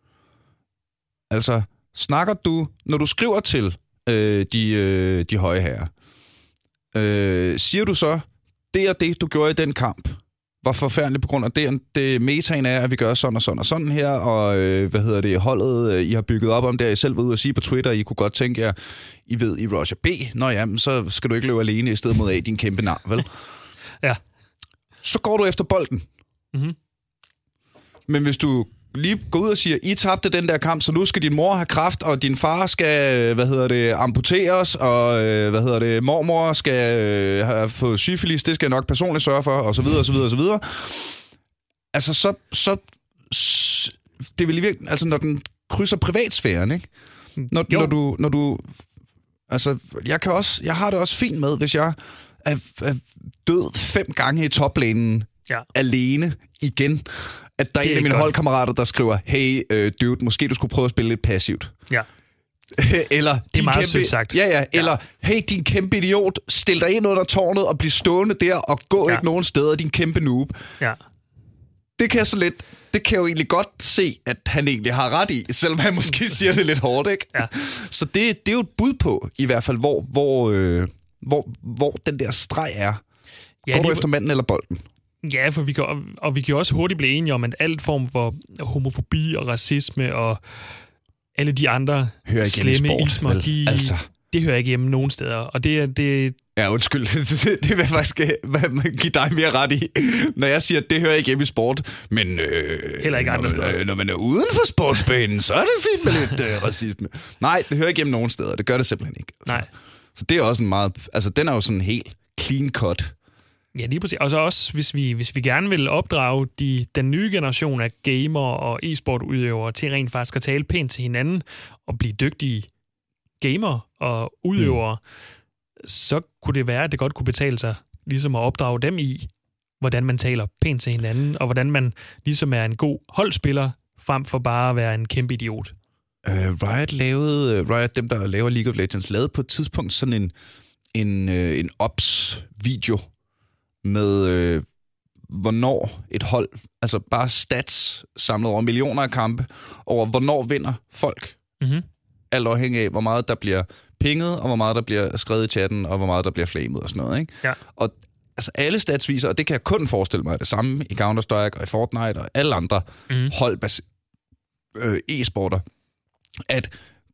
B: Altså... Snakker du, når du skriver til øh, de, øh, de høje herrer, øh, siger du så, det og det, du gjorde i den kamp, var forfærdeligt på grund af det, det metaen er, at vi gør sådan og sådan og sådan her, og øh, hvad hedder det, holdet, øh, I har bygget op om det, I selv var ude at sige på Twitter, I kunne godt tænke jer, I ved, i Roger B, nå ja, så skal du ikke løbe alene i stedet mod A, din kæmpe nar, vel?
A: Ja.
B: Så går du efter bolden.
A: Mm-hmm.
B: Men hvis du lige gå ud og siger, I tabte den der kamp, så nu skal din mor have kræft, og din far skal, hvad hedder det, amputeres, og hvad hedder det, mormor skal have fået syfilis, det skal jeg nok personligt sørge for, og så videre, og så videre, og så videre. Altså, så, så det vil virkelig, altså, når den krydser privatsfæren, ikke? Når, når du, når du Altså, jeg, kan også, jeg har det også fint med, hvis jeg er, er død fem gange i toplanen
A: ja. alene
B: igen, at der er, er en af mine godt. holdkammerater, der skriver, hey, uh, dude, måske du skulle prøve at spille lidt passivt.
A: Ja.
B: Eller,
A: det er meget
B: kæmpe,
A: sødt sagt.
B: Ja, ja, eller, ja. hey, din kæmpe idiot, stil dig ind under tårnet og bliv stående der og gå ja. ikke nogen steder, din kæmpe noob.
A: Ja.
B: Det kan jeg så lidt, det kan jeg jo egentlig godt se, at han egentlig har ret i, selvom han måske siger det lidt hårdt, ikke?
A: Ja.
B: Så det, det er jo et bud på, i hvert fald, hvor, hvor, øh, hvor, hvor den der streg er. Ja, går du efter manden eller bolden?
A: Ja, for vi kan, og vi kan jo også hurtigt blive enige om, at alt form for homofobi og racisme og alle de andre slemme ismer, de, altså. det hører ikke hjemme nogen steder. Og det er... Det,
B: ja, undskyld. det, det vil jeg faktisk give dig mere ret i, når jeg siger, at det hører ikke hjemme i sport. Men øh,
A: heller ikke andre
B: når,
A: steder.
B: Øh, når man er uden for sportsbanen, så er det fint med lidt øh, racisme. Nej, det hører ikke hjemme nogen steder. Det gør det simpelthen ikke. Altså.
A: Nej.
B: Så det er også en meget... Altså, den er jo sådan helt clean cut.
A: Ja, lige præcis. Og så også, hvis vi, hvis vi gerne vil opdrage de, den nye generation af gamer og e-sport-udøvere til rent faktisk at tale pænt til hinanden og blive dygtige gamer og udøvere, mm. så kunne det være, at det godt kunne betale sig ligesom at opdrage dem i, hvordan man taler pænt til hinanden, og hvordan man ligesom er en god holdspiller, frem for bare at være en kæmpe idiot.
B: Uh, Riot lavede, uh, Riot, dem der laver League of Legends, lavede på et tidspunkt sådan en, en, uh, en ops-video, med øh, hvornår et hold, altså bare stats samlet over millioner af kampe, over hvornår vinder folk.
A: Mm-hmm.
B: Alt afhængig af, hvor meget der bliver pinget, og hvor meget der bliver skrevet i chatten, og hvor meget der bliver flamet og sådan noget. Ikke?
A: Ja.
B: Og altså, alle stats viser, og det kan jeg kun forestille mig, det samme i Counter-Strike og i Fortnite og alle andre mm-hmm. holdbas- øh, e-sporter, at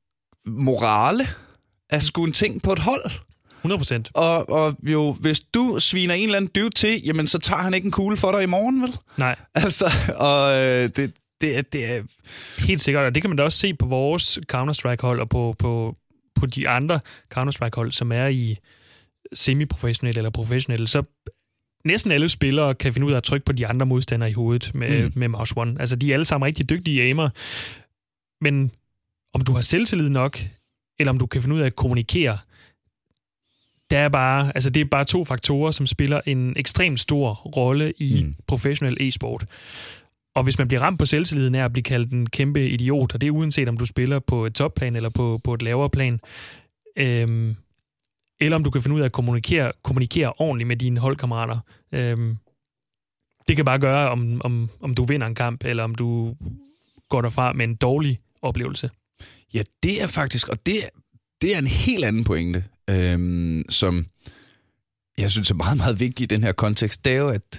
B: morale er sgu en ting på et hold.
A: hundrede procent.
B: Og, og jo, hvis du sviner en eller anden dude til, jamen så tager han ikke en kugle for dig i morgen, vel?
A: Nej.
B: Altså, og øh, det, det, er, det er...
A: Helt sikkert, og det kan man da også se på vores Counter-Strike-hold og på, på, på de andre Counter-Strike-hold, som er i semi-professionelle eller professionelle, så næsten alle spillere kan finde ud af at trykke på de andre modstandere i hovedet med, mm. med mouse one. Altså, de er alle sammen rigtig dygtige aimer, men om du har selvtillid nok, eller om du kan finde ud af at kommunikere, Det er bare, altså det er bare to faktorer, som spiller en ekstremt stor rolle i mm. professionel e-sport. Og hvis man bliver ramt på selvtilliden af at blive kaldt en kæmpe idiot, og det er uanset om du spiller på et topplan eller på, på et lavere plan, øhm, eller om du kan finde ud af at kommunikere, kommunikere ordentligt med dine holdkammerater. Øhm, det kan bare gøre, om, om, om du vinder en kamp, eller om du går derfra med en dårlig oplevelse.
B: Ja, det er faktisk, og det, det er en helt anden pointe, øhm, som jeg synes er meget, meget vigtig i den her kontekst. Det er jo, at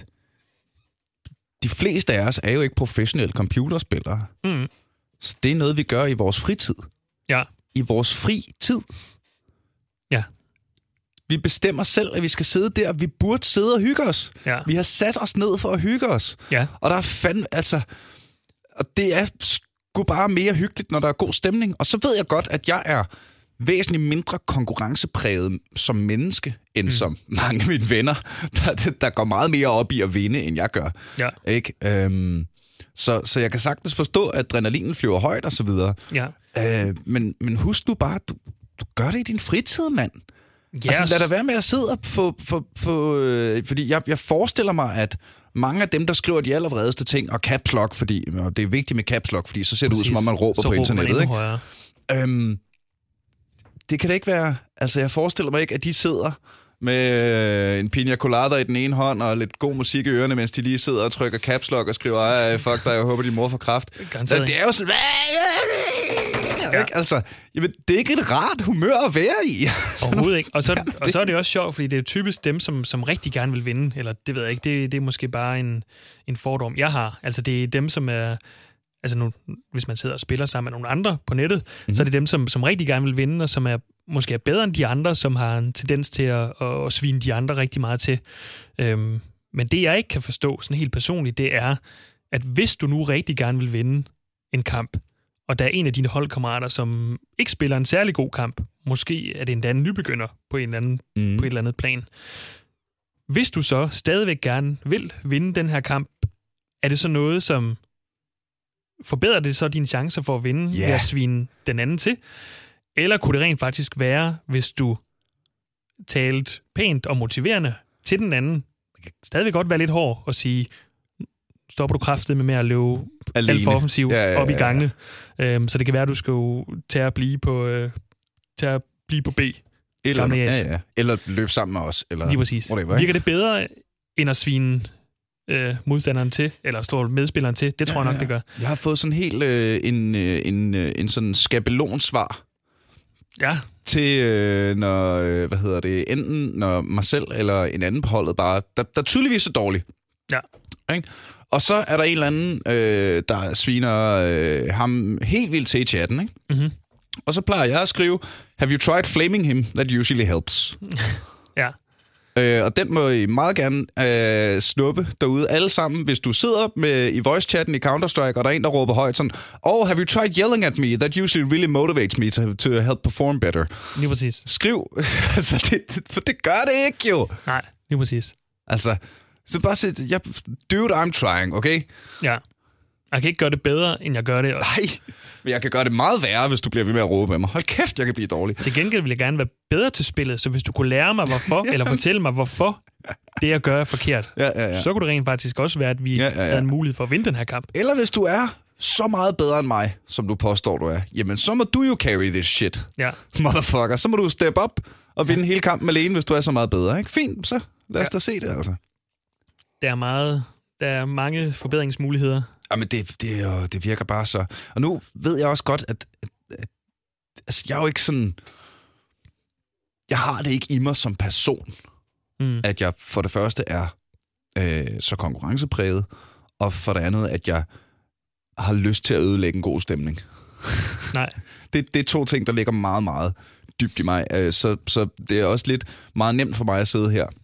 B: de fleste af os er jo ikke professionelle computerspillere.
A: Mm.
B: Så det er noget, vi gør i vores fritid.
A: Ja.
B: I vores fri tid.
A: Ja.
B: Vi bestemmer selv, at vi skal sidde der. Vi burde sidde og hygge os.
A: Ja.
B: Vi har sat os ned for at hygge os.
A: Ja.
B: Og der er fandme, altså... Og det er sgu bare mere hyggeligt, når der er god stemning. Og så ved jeg godt, at jeg er væsentligt mindre konkurrencepræget som menneske, end mm. som mange af mine venner, der, der går meget mere op i at vinde, end jeg gør.
A: Ja.
B: Ikke? Øhm, så, så jeg kan sagtens forstå, at adrenalinen flyver højt og så videre.
A: Ja.
B: Øh, men, men husk nu bare, du, du gør det i din fritid, mand.
A: Yes.
B: Altså lad dig være med at sidde op på... på, på øh, fordi jeg, jeg forestiller mig, at mange af dem, der skriver de allervredeste ting, og caps lock, fordi og det er vigtigt med caps lock, fordi så ser det ud, som om man råber
A: så
B: på
A: råber
B: internettet. Ikke?
A: Højere.
B: Øhm, det kan da ikke være... Altså, jeg forestiller mig ikke, at de sidder med øh, en pina colada i den ene hånd, og lidt god musik i ørerne, mens de lige sidder og trykker caps lock og skriver, ej, fuck dig, jeg håber, din mor får kræft. Så det er jo sådan... Ja. Ikke? Altså, jamen, det er ikke et rart humør at være i.
A: Overhovedet ikke. Og så, ja, det... og så er det også sjovt, fordi det er typisk dem, som, som rigtig gerne vil vinde, eller det ved jeg ikke, det, det er måske bare en, en fordom, jeg har. Altså, det er dem, som er... Altså, nu, hvis man sidder og spiller sammen med nogle andre på nettet, mm-hmm. så er det dem, som, som rigtig gerne vil vinde, og som er måske er bedre end de andre, som har en tendens til at, at, at svine de andre rigtig meget til. Øhm, men det, jeg ikke kan forstå sådan helt personligt, det er, at hvis du nu rigtig gerne vil vinde en kamp, og der er en af dine holdkammerater, som ikke spiller en særlig god kamp, måske er det endda en nybegynder på, en eller anden, mm. på et eller andet plan. Hvis du så stadigvæk gerne vil vinde den her kamp, er det så noget, som forbedrer det så dine chancer for at vinde yeah. ved at svine den anden til? Eller kunne det rent faktisk være, hvis du talte pænt og motiverende til den anden, det kan stadigvæk godt være lidt hård at sige, stopper du kraftigt med at løbe
B: Alene.
A: alt for offensivt
B: Ja, ja, ja,
A: op i
B: ja.
A: gangene. Øhm, så det kan være, at du skal jo tage at blive på, øh, tage at blive på B.
B: Eller,
A: Gamle
B: ja,
A: as.
B: ja. Eller løbe sammen med os. Eller
A: Lige præcis.
B: whatever,
A: Virker det bedre, end at svine øh, modstanderen til, eller slå medspilleren til? Det tror
B: Ja,
A: jeg nok,
B: ja.
A: det gør.
B: Jeg har fået sådan helt øh, en, øh, en, øh, en sådan skabelonsvar
A: Ja,
B: til, øh, når, øh, hvad hedder det, enten når mig selv eller en anden på holdet bare, der, der tydeligvis er dårlig.
A: ja.
B: Ikke? Og så er der en eller anden, øh, der sviner øh, ham helt vildt til i chatten, ikke?
A: Mm-hmm.
B: Og så plejer jeg at skrive, have you tried flaming him? That usually helps.
A: Ja.
B: Øh, og den må I meget gerne øh, snuppe derude alle sammen, hvis du sidder med i voice-chatten i Counter-Strike, og der er en, der råber højt sådan, oh, have you tried yelling at me? That usually really motivates me to, to help perform better.
A: Lige præcis.
B: Skriv. altså, det, for det gør det ikke jo.
A: Nej, lige præcis.
B: Altså, så bare sig, jeg, dude, I'm trying, okay?
A: Ja. Jeg kan ikke gøre det bedre, end jeg gør det. Og
B: Nej, men jeg kan gøre det meget værre, hvis du bliver ved med at råbe med mig. Hold kæft, jeg kan blive dårlig.
A: til gengæld vil jeg gerne være bedre til spillet, så hvis du kunne lære mig, hvorfor, eller fortælle mig, hvorfor det, jeg gør, er forkert,
B: Ja, ja, ja.
A: så kunne det rent faktisk også være, at vi
B: Ja, ja, ja.
A: havde en mulighed for at vinde den her kamp.
B: Eller hvis du er så meget bedre end mig, som du påstår, du er, jamen så må du jo carry this shit,
A: Ja.
B: motherfucker. Så må du step up og vinde ja. hele kampen alene, hvis du er så meget bedre, ikke? Fint, så lad os
A: Ja.
B: da se det, altså.
A: Der er meget, der er mange forbedringsmuligheder.
B: Jamen, det, det, er jo, det virker bare så... Og nu ved jeg også godt, at, at, at altså, jeg er jo ikke sådan... Jeg har det ikke i mig som person,
A: Mm.
B: at jeg for det første er øh, så konkurrencepræget, og for det andet, at jeg har lyst til at ødelægge en god stemning.
A: Nej.
B: Det, det er to ting, der ligger meget, meget dybt i mig. Øh, så, så det er også lidt meget nemt for mig at sidde her.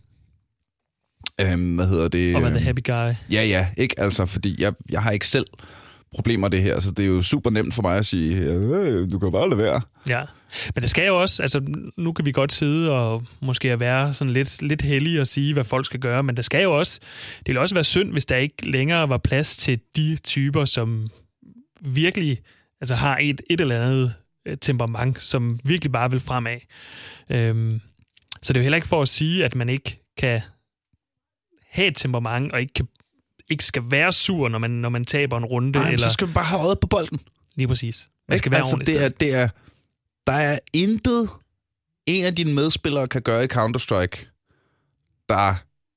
B: Øhm, hvad hedder det?
A: Og være the happy guy.
B: Ja, ja, ikke altså, fordi jeg, jeg har ikke selv problemer med det her, så det er jo super nemt for mig at sige, øh, du kan bare lade være.
A: Ja, men det skal jo også, altså nu kan vi godt sidde og måske være sådan lidt, lidt heldige og sige, hvad folk skal gøre, men det skal jo også, det vil også være synd, hvis der ikke længere var plads til de typer, som virkelig altså har et, et eller andet temperament, som virkelig bare vil fremad. Øhm, så det er jo heller ikke for at sige, at man ikke kan have et temperament, og ikke, kan, ikke skal være sur, når man, når man taber en runde.
B: Nej,
A: eller...
B: så skal man bare have øjet på bolden.
A: Lige præcis. Man skal
B: ikke?
A: være
B: Altså,
A: ordentligt.
B: det er, det er, der er intet, en af dine medspillere kan gøre i Counter-Strike, der,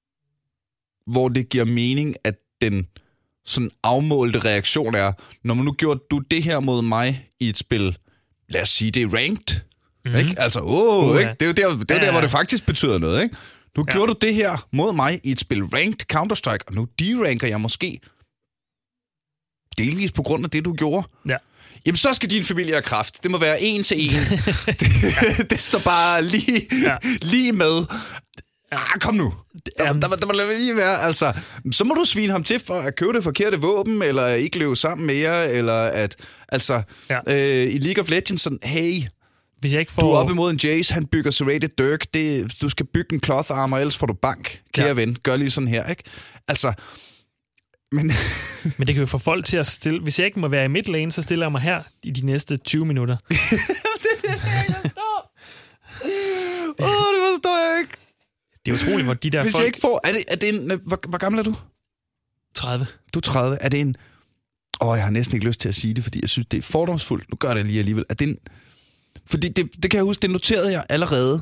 B: hvor det giver mening, at den sådan afmålte reaktion er, når man nu gjorde du det her mod mig i et spil, lad os sige, det er ranked. Mm-hmm. Ikke? Altså, åh,
A: Uh,
B: ikke? Det er jo der, det er
A: ja,
B: der, hvor
A: ja.
B: det faktisk betyder noget, ikke? Nu
A: Ja.
B: gjorde du det her mod mig i et spil ranked Counter-Strike, og nu deranker jeg måske delvis på grund af det, du gjorde.
A: Ja.
B: Jamen, så skal din familie have kraft. Det må være en til en. det, det står bare lige,
A: Ja.
B: lige med. Ah, kom nu. Der,
A: Jamen.
B: der, der, der må lade lige være. Altså, så må du svine ham til for at købe det forkerte våben, eller ikke løbe sammen med jer, eller at, altså,
A: Ja.
B: øh, i League of Legends, sådan, hey,
A: Hvis jeg ikke får...
B: du er op imod en Jace, han bygger serrated Dirk, det, du skal bygge en cloth armor, ellers får du bank. Kære
A: Ja.
B: ven, gør lige sådan her, ikke? Altså, men...
A: Men det kan jo få folk til at stille... Hvis jeg ikke må være i midlane, så stiller jeg mig her i de næste tyve minutter.
B: det er det, jeg forstår. Åh, oh, det forstår jeg ikke.
A: Det er utroligt, hvor de der
B: Hvis
A: folk...
B: jeg ikke får... Er det, er det en... Hvor, hvor gammel er du?
A: tredive.
B: Du er tredive. Er det en... Åh, oh, jeg har næsten ikke lyst til at sige det, fordi jeg synes, det er fordomsfuldt. Nu gør jeg det lige alligevel. Er det en... Fordi det, det kan jeg huske, det noterede jeg allerede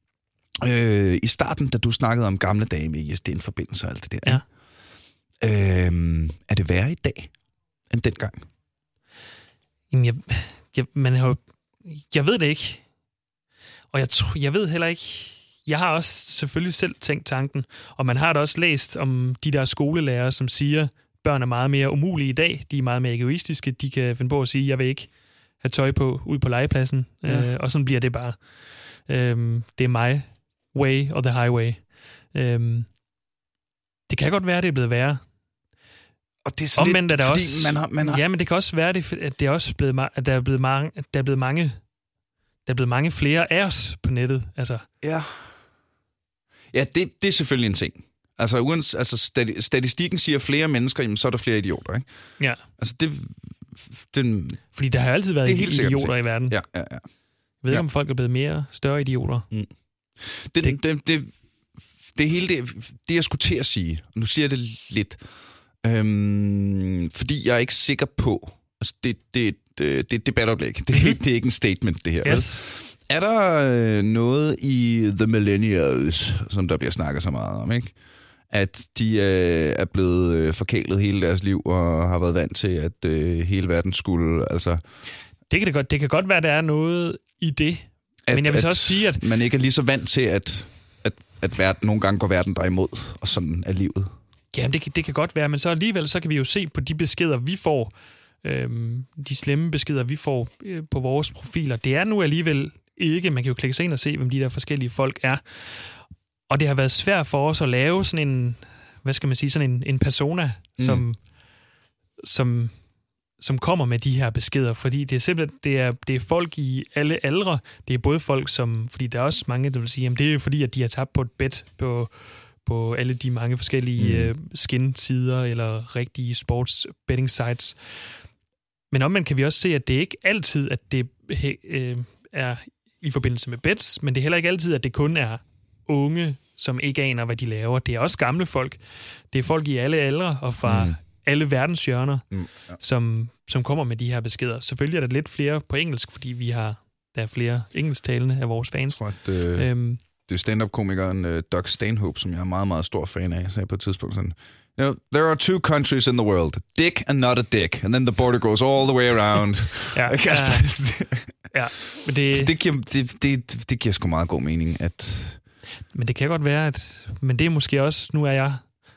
B: øh, i starten, da du snakkede om gamle dage med I S D-forbindelser og alt det der.
A: Ja.
B: Øhm, er det værre i dag end dengang?
A: Jamen, jeg, jeg, man har jo, jeg ved det ikke. Og jeg, tr- jeg ved heller ikke... Jeg har også selvfølgelig selv tænkt tanken, og man har da også læst om de der skolelærere, som siger, børn er meget mere umulige i dag, de er meget mere egoistiske, de kan finde på at sige, jeg vil ikke have tøj på ude på legepladsen,
B: Ja.
A: øh, og sådan bliver det bare. Øhm, det er my way og the highway. Øhm, det kan godt være, det er blevet værre.
B: Og det er sådan
A: Omvendt er
B: lidt,
A: der
B: fordi
A: også...
B: man har, man har...
A: Ja, men det kan også være, det, at det er også blevet, ma- at der er blevet mange, at der er blevet mange, der er blevet mange flere af os på nettet. Altså,
B: Ja, ja det, det er selvfølgelig en ting. Altså, uans, altså stati- statistikken siger flere mennesker, jamen, så er der flere idioter, ikke?
A: ja.
B: Altså, det... Den,
A: Fordi der har altid været
B: Det er helt sikkert en
A: idioter
B: ting.
A: i verden.
B: ja, ja, ja.
A: ved ikke,
B: Ja.
A: om folk er blevet mere større idioter.
B: Mm. Det, det, det, det, det hele det, det, jeg skulle til at sige, nu siger jeg det lidt, øhm, fordi jeg er ikke sikker på, altså det, det, det, det er et debatoplæg, det, mm-hmm. det er ikke en statement, det her.
A: Yes.
B: Er der øh, noget i The Millennials, som der bliver snakket så meget om, ikke? At de øh, er blevet øh, forkælet hele deres liv og har været vant til, at øh, hele verden skulle, altså...
A: Det kan, det, godt, det kan godt være, at der er noget i det.
B: At,
A: Men jeg vil så
B: at
A: også sige, at...
B: man ikke er lige så vant til, at, at, at verden, nogle gange går verden der imod, og sådan er livet.
A: Jamen, det kan, det kan godt være, men så alligevel, så kan vi jo se på de beskeder, vi får, øhm, de slemme beskeder, vi får øh, på vores profiler. Det er nu alligevel ikke, man kan jo klikke sig ind og se, hvem de der forskellige folk er. Og det har været svært for os at lave sådan en, hvad skal man sige, sådan en, en persona, mm. som, som, som kommer med de her beskeder, fordi det er simpelthen, det er, det er folk i alle aldre. Det er både folk, som, fordi der er også mange, der vil sige, jamen det er jo fordi, at de har tabt på et bet på, på alle de mange forskellige mm. uh, skin-sider eller rigtige sports betting sites. Men omvendt kan vi også se, at det er ikke altid, at det øh, er i forbindelse med bets, men det er heller ikke altid, at det kun er unge, som ikke aner, hvad de laver. Det er også gamle folk. Det er folk i alle aldre og fra mm. alle verdens hjørner, mm, ja. som, som kommer med de her beskeder. Selvfølgelig er der lidt flere på engelsk, fordi vi har der er flere engelsktalende af vores fans.
B: At, øh, øhm, det er stand-up-komikeren uh, Doug Stanhope, som jeg er meget, meget stor fan af, sagde på et tidspunkt sådan, you know, there are two countries in the world, dick and not a dick, and then the border goes all the way around.
A: ja,
B: okay,
A: ja,
B: altså,
A: ja, men det,
B: det, giver, det, det, det giver sgu meget god mening, at...
A: Men det kan godt være, at... Men det er måske også... Nu er jeg...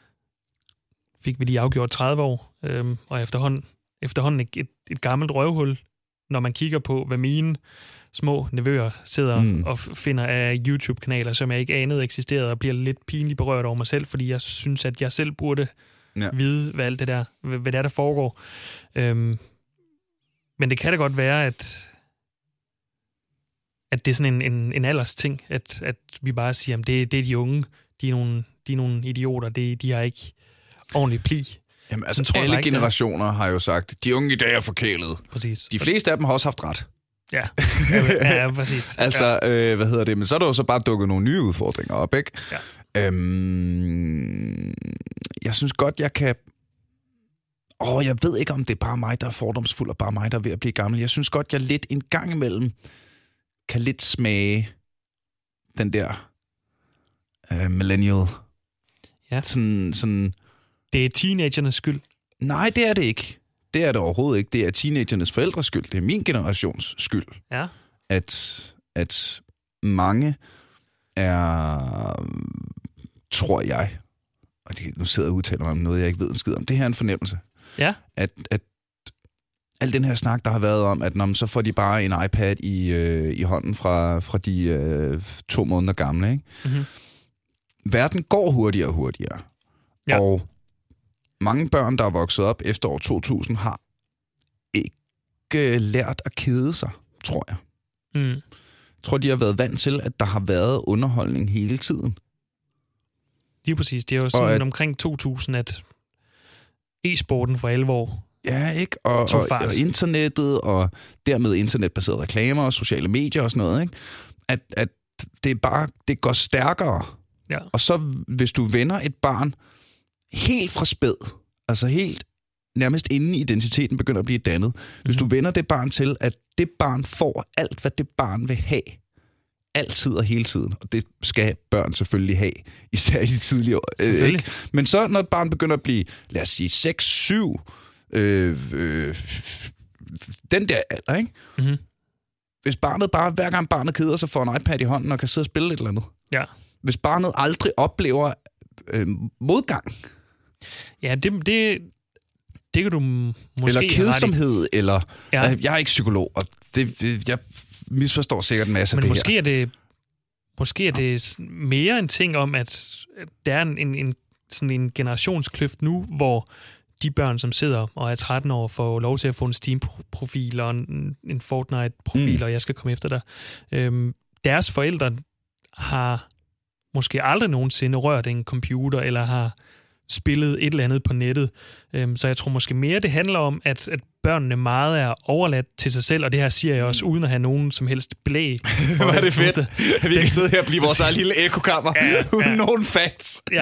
A: Fik vi lige afgjort tredive år, øhm, og efterhånden, efterhånden et, et, et gammelt røvhul, når man kigger på, hvad mine små nevøer sidder mm. og finder af YouTube-kanaler, som jeg ikke anede eksisterede, og bliver lidt pinligt berørt over mig selv, fordi jeg synes, at jeg selv burde ja. vide, hvad alt det der, hvad det er, der foregår. Øhm, men det kan da godt være, at at det er sådan en, en, en alders ting, at, at vi bare siger, at det, det er de unge, de er nogle, de er nogle idioter, det, de har ikke ordentligt pli.
B: Jamen altså, tror alle generationer der. har jo sagt, de unge i dag er forkælet.
A: Præcis.
B: De fleste af dem har også haft ret.
A: Ja, ja, ja præcis.
B: altså, ja. øh, hvad hedder det? Men så er der jo så bare dukket nogle nye udfordringer op, ikke?
A: Ja.
B: Øhm, jeg synes godt, jeg kan... Åh, oh, jeg ved ikke, om det er bare mig, der er fordomsfuld, og bare mig, der er ved at blive gammel. Jeg synes godt, jeg lidt en gang imellem kan lidt smage den der uh, millennial.
A: Ja.
B: Sådan, sådan...
A: Det er teenagernes skyld.
B: Nej, det er det ikke. Det er det overhovedet ikke. Det er teenagernes forældres skyld. Det er min generations skyld.
A: Ja.
B: At, at mange er, tror jeg, og det, nu sidder jeg og udtaler mig om noget, jeg ikke ved en skid om. Det her er en fornemmelse.
A: Ja.
B: At, at al den her snak, der har været om, at når, så får de bare en iPad i, øh, i hånden fra, fra de øh, to måneder gamle. Ikke? Mm-hmm. Verden går hurtigere og hurtigere. Ja. Og mange børn, der er vokset op efter år to tusind, har ikke lært at kede sig, tror jeg.
A: Mm.
B: Jeg tror, de har været vant til, at der har været underholdning hele tiden.
A: Lige præcis. Det er jo sådan at, omkring to tusind, at e-sporten for alvor.
B: Ja, ikke? Og, og, og internettet, og dermed internetbaserede reklamer og sociale medier og sådan noget, ikke? At, at det er bare, det går stærkere.
A: Ja.
B: Og så, hvis du vender et barn helt fra spæd, altså helt nærmest inden identiteten begynder at blive dannet, hvis mm-hmm. du vender det barn til, at det barn får alt, hvad det barn vil have, altid og hele tiden, og det skal børn selvfølgelig have, især i de tidlige år. Øh, ikke? Men så, når et barn begynder at blive, lad os sige, seks syv, øh, øh, den der alder, ikke? Mm-hmm. Hvis barnet bare, hver gang barnet keder sig, får en iPad i hånden og kan sidde og spille et eller andet.
A: Ja.
B: Hvis barnet aldrig oplever øh, modgang.
A: Ja, det, det, det kan du måske...
B: Eller kedsomhed, eller...
A: Ja.
B: Øh, jeg er ikke psykolog, og det, det, jeg misforstår sikkert en masse af det
A: måske
B: her.
A: Er det, måske er det mere en ting om, at der er en, en, sådan en generationskløft nu, hvor de børn, som sidder og er tretten år, får lov til at få en Steam-profil og en, en Fortnite-profil, mm. og jeg skal komme efter dig. Øhm, deres forældre har måske aldrig nogensinde rørt en computer, eller har spillet et eller andet på nettet. Øhm, så jeg tror måske mere, det handler om, at, at børnene meget er overladt til sig selv, og det her siger jeg også, uden at have nogen som helst belæg.
B: Hvor er det fedt, at vi kan sidde her og blive vores eget lille ekokammer, ja, uden ja. nogen facts.
A: Ja.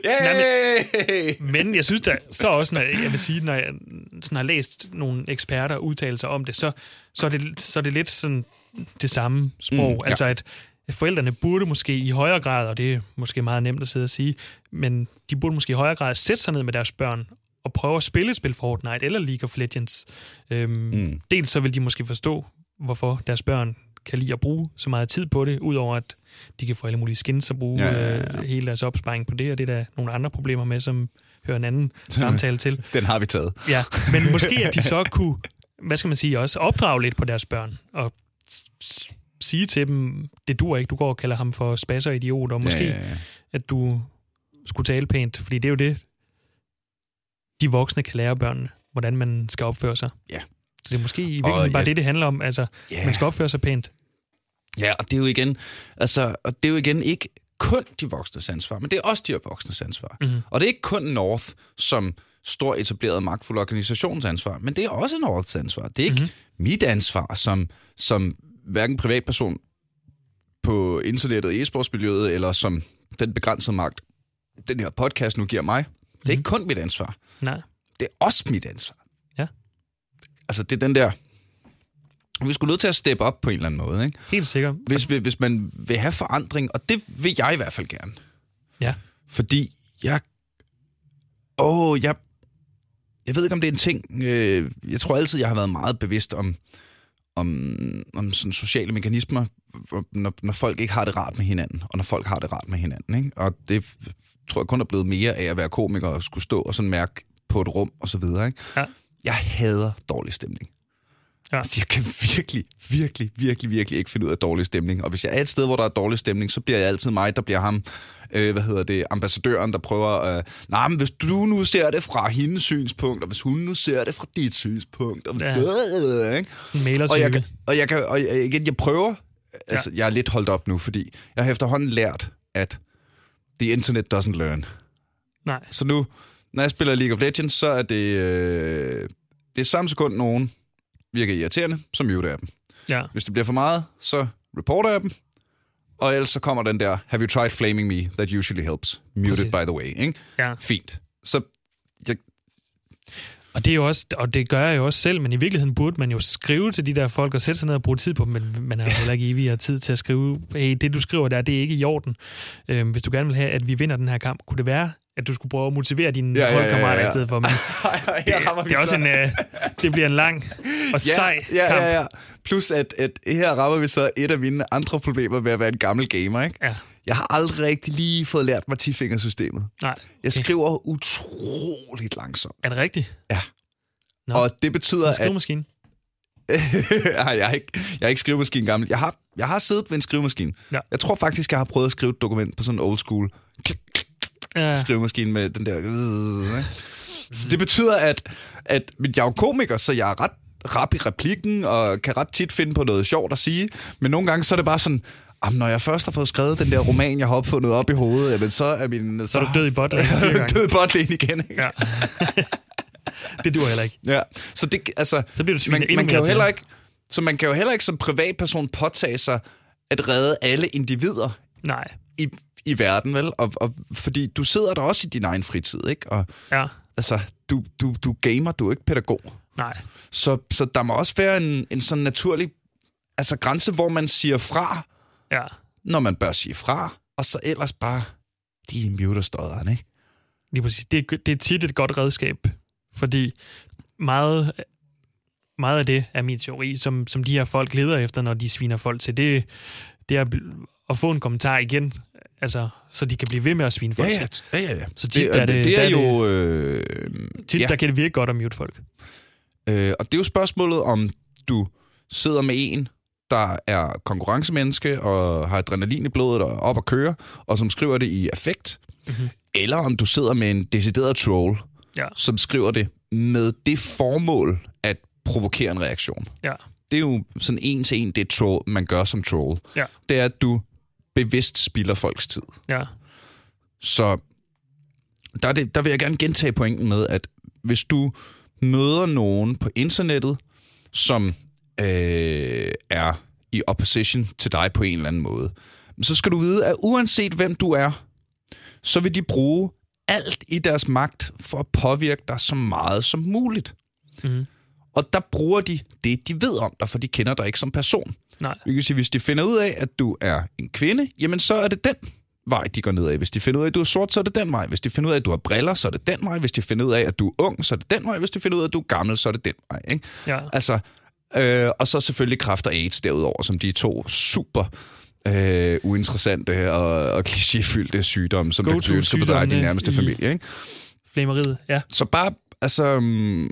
B: Yay!
A: Men, men jeg synes da så også, når jeg vil sige, når jeg sådan har læst nogle eksperter udtale sig om det, så, så, er, det, så er det lidt sådan det samme sprog. Mm, ja. Altså at forældrene burde måske i højere grad, og det er måske meget nemt at sidde og sige, men de burde måske i højere grad sætte sig ned med deres børn og prøve at spille et spil for Fortnite eller League of Legends. Øhm, mm. Dels så vil de måske forstå, hvorfor deres børn kan lide at bruge så meget tid på det, udover at de kan få alle mulige skins og bruge ja, ja, ja. Øh, hele deres opsparing på det, og det er der nogle andre problemer med, som hører en anden samtale til.
B: Den har vi taget.
A: Ja, men måske at de så kunne, hvad skal man sige, også opdrage lidt på deres børn, og sige til dem, det duer ikke, du går og kalder ham for spasser idiot, og måske, ja, ja, ja. at du skulle tale pænt, fordi det er jo det, de voksne kan lære børnene, hvordan man skal opføre sig.
B: Ja.
A: Så det er måske i virkeligheden og, bare ja. det, det handler om, altså, yeah. man skal opføre sig pænt.
B: Ja, og det er jo igen, altså, og det er jo igen ikke kun de voksnes ansvar, men det er også de voksnes ansvar. Mm-hmm. Og det er ikke kun North, som stor etableret magtfuld organisations ansvar, men det er også Norths ansvar. Det er ikke mm-hmm. mit ansvar, som, som hverken privatperson på internettet, e-sportsmiljøet, eller som den begrænsede magt, den her podcast nu giver mig. Det er ikke kun mit ansvar.
A: Nej.
B: Det er også mit ansvar.
A: Ja.
B: Altså, det er den der... Vi skulle nødt til at steppe op på en eller anden måde, ikke?
A: Helt sikkert.
B: Hvis, hvis man vil have forandring, og det vil jeg i hvert fald gerne.
A: Ja.
B: Fordi jeg... Åh, jeg... Jeg ved ikke, om det er en ting... Øh, jeg tror altid, jeg har været meget bevidst om, om, om sådan sociale mekanismer, når, når folk ikke har det rart med hinanden, og når folk har det rart med hinanden, ikke? Og det tror jeg kun er blevet mere af at være komiker og skulle stå og sådan mærke på et rum og så videre, ikke?
A: Ja.
B: Jeg hader dårlig stemning. Ja. Altså, jeg kan virkelig, virkelig, virkelig, virkelig ikke finde ud af dårlig stemning. Og hvis jeg er et sted, hvor der er dårlig stemning, så bliver jeg altid mig, der bliver ham, øh, hvad hedder det, ambassadøren, der prøver, øh, nej, men hvis du nu ser det fra hendes synspunkt, og hvis hun nu ser det fra dit synspunkt, og,
A: ja.
B: øh, ikke?
A: Og
B: jeg kan, og jeg kan, og igen, jeg prøver, altså, ja. jeg er lidt holdt op nu, fordi jeg har efterhånden lært, at the internet doesn't learn.
A: Nej.
B: Så nu, når jeg spiller League of Legends, så er det, øh, det er samme sekund nogen virker irriterende, så muter jeg dem.
A: Ja.
B: Hvis det bliver for meget, så reporter jeg dem, og ellers så kommer den der, have you tried flaming me? That usually helps. Muted Præcis. By the way, ikke?
A: Ja.
B: Fint. Så jeg...
A: Og det er jo også, og det gør jeg jo også selv, men i virkeligheden burde man jo skrive til de der folk og sætte sig ned og bruge tid på dem, men man har jo heller ikke evig tid til at skrive, hey, det du skriver der, det er ikke i orden. Øhm, hvis du gerne vil have, at vi vinder den her kamp, kunne det være, at du skulle prøve at motivere dine ja, holdkammerater ja, ja, ja. i stedet for. Men det, det, er også en, uh, det bliver en lang og ja, sej
B: ja,
A: kamp.
B: Ja, ja. Plus, at, at her rammer vi så et af mine andre problemer ved at være en gammel gamer, ikke?
A: Ja.
B: Jeg har aldrig rigtig lige fået lært mig ti-fingersystemet.
A: Nej. Okay.
B: Jeg skriver utroligt langsomt.
A: Er det rigtigt?
B: Ja.
A: Nå.
B: Og det betyder,
A: at... skrivemaskine?
B: jeg, er ikke, jeg er ikke skrivemaskine gammel. Jeg har, jeg har siddet ved en skrivemaskine. Ja. Jeg tror faktisk, jeg har prøvet at skrive et dokument på sådan en old school ja. skrivemaskine med den der... Øh, det betyder, at, at jeg er jo komiker, så jeg er ret rap i replikken, og kan ret tit finde på noget sjovt at sige. Men nogle gange, så er det bare sådan... Jamen, når jeg først har fået skrevet den der roman, jeg har opfundet op i hovedet, jamen, så er min... Så,
A: så er du død i botlane fire gange.
B: Død i botlane igen, ikke?
A: Ja. Det duer heller ikke.
B: Ja, så det, altså...
A: Så bliver du svinet
B: man,
A: endnu
B: man kan
A: mere
B: jo
A: til.
B: heller ikke, så man kan jo heller ikke som privatperson påtage sig at redde alle individer
A: Nej.
B: I, i verden, vel? Og, og, fordi du sidder der også i din egen fritid, ikke? Og
A: ja.
B: Altså, du, du, du gamer, du er ikke pædagog.
A: Nej.
B: Så, så der må også være en, en sådan naturlig altså, grænse, hvor man siger fra,
A: ja.
B: når man bør sige fra, og så ellers bare de muter støderen, ikke?
A: Lige præcis. Det er, det er tit et godt redskab, fordi meget, meget af det er min teori, som, som de her folk leder efter, når de sviner folk til, det, det er at få en kommentar igen, altså, så de kan blive ved med at svine folk
B: ja, ja.
A: til.
B: Ja, ja, ja.
A: Så tit,
B: det,
A: der, det,
B: det er,
A: der er
B: jo... Øh,
A: tit, ja. der kan det virke godt at mute folk.
B: Øh, og det er jo spørgsmålet, om du sidder med en, der er konkurrencemenneske og har adrenalin i blodet og op at køre, og som skriver det i affekt, mm-hmm. eller om du sidder med en decideret troll,
A: ja.
B: som skriver det med det formål at provokere en reaktion.
A: Ja.
B: Det er jo sådan en til en, det troll, man gør som troll.
A: Ja.
B: Det er, at du bevidst spilder folks tid.
A: Ja.
B: Så der, er det, der vil jeg gerne gentage pointen med, at hvis du møder nogen på internettet, som øh, er i opposition til dig på en eller anden måde, så skal du vide, at uanset hvem du er, så vil de bruge alt i deres magt for at påvirke dig så meget som muligt. Mm. Og der bruger de det, de ved om dig, for de kender dig ikke som person.
A: Nej.
B: Vi kan sige, hvis de finder ud af, at du er en kvinde, jamen så er det den vej, de går nedad. Hvis de finder ud af, at du er sort, så er det den vej. Hvis de finder ud af, at du har briller, så er det den vej. Hvis de finder ud af, at du er ung, så er det den vej. Hvis de finder ud af, at du er gammel, så er det den vej. Ikke?
A: Ja.
B: Altså, øh, og så selvfølgelig kræft og AIDS derudover, som de er to super øh, uinteressante og, og klichéfyldte sygdomme, som der bliver på dig i din nærmeste i familie. Ikke?
A: Flæmmeriet, ja.
B: Så bare, altså... Um,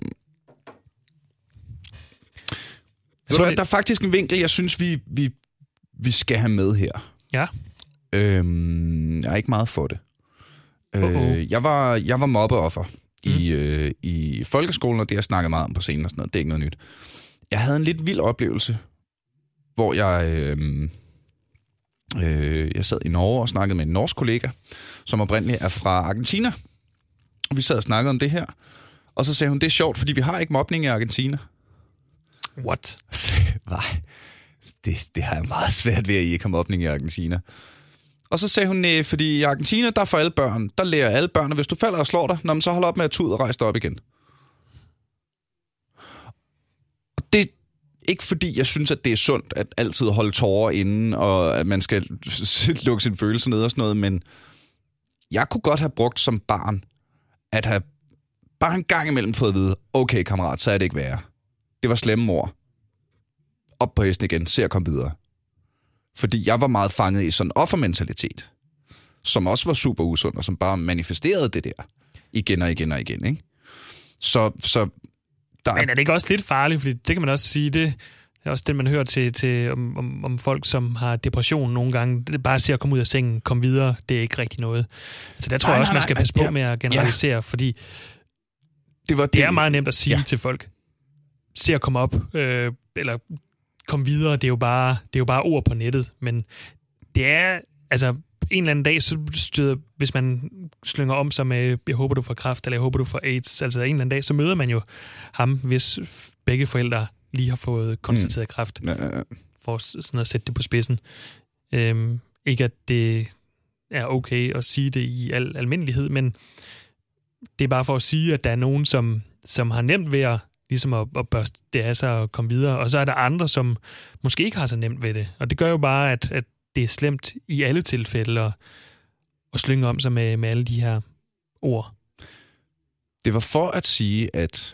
B: Så der, der er faktisk en vinkel, jeg synes, vi, vi, vi skal have med her.
A: Ja.
B: Øhm, jeg er ikke meget for det.
A: Uh-oh.
B: Øh, jeg var, jeg var mobbeoffer mm. i, øh, i folkeskolen, og det har jeg snakket meget om på scenen og sådan noget. Det er ikke noget nyt. Jeg havde en lidt vild oplevelse, hvor jeg, øh, øh, jeg sad i Norge og snakkede med en norsk kollega, som oprindeligt er fra Argentina. Og vi sad og snakkede om det her. Og så sagde hun, det er sjovt, fordi vi har ikke mobning i Argentina.
A: What?
B: Nej, det, det har jeg meget svært ved, at I ikke har mobning i Argentina. Og så sagde hun, nej, fordi i Argentina, der er for alle børn, der lærer alle børn, og hvis du falder og slår dig, når man så holder op med at tude og rejse dig op igen. Og det er ikke fordi, jeg synes, at det er sundt at altid holde tårer inde, og at man skal lukke sine følelser ned og sådan noget, men jeg kunne godt have brugt som barn, at have bare en gang imellem fået at vide, okay kammerat, så er det ikke værre. Det var slemme ord. Op på hesten igen, se at komme videre. Fordi jeg var meget fanget i sådan en offermentalitet, som også var super usund, og som bare manifesterede det der igen og igen og igen, ikke? Så, så der...
A: Men er det ikke også lidt farligt? Fordi det kan man også sige, det er også det, man hører til, til om, om, om folk, som har depression nogle gange. Det er bare at se at komme ud af sengen, komme videre, det er ikke rigtig noget. Så der tror nej, jeg også, nej, man skal nej, passe nej, på ja, med at generalisere, ja. Fordi det, var det, det er meget nemt at sige ja. til folk. Se at komme op, øh, eller komme videre, det er, jo bare, det er jo bare ord på nettet, men det er, altså en eller anden dag, så støder, hvis man slynger om sig med, jeg håber du får kræft, eller jeg håber du får AIDS, altså en eller anden dag, så møder man jo ham, hvis begge forældre lige har fået konstateret mm. kræft, ja, ja, ja. for sådan at sætte det på spidsen. Øhm, ikke at det er okay at sige det i al almindelighed, men det er bare for at sige, at der er nogen, som, som har nemt ved at ligesom at, at børste det af sig og komme videre. Og så er der andre, som måske ikke har så nemt ved det. Og det gør jo bare, at, at det er slemt i alle tilfælde at, at slynge om sig med, med alle de her ord.
B: Det var for at sige, at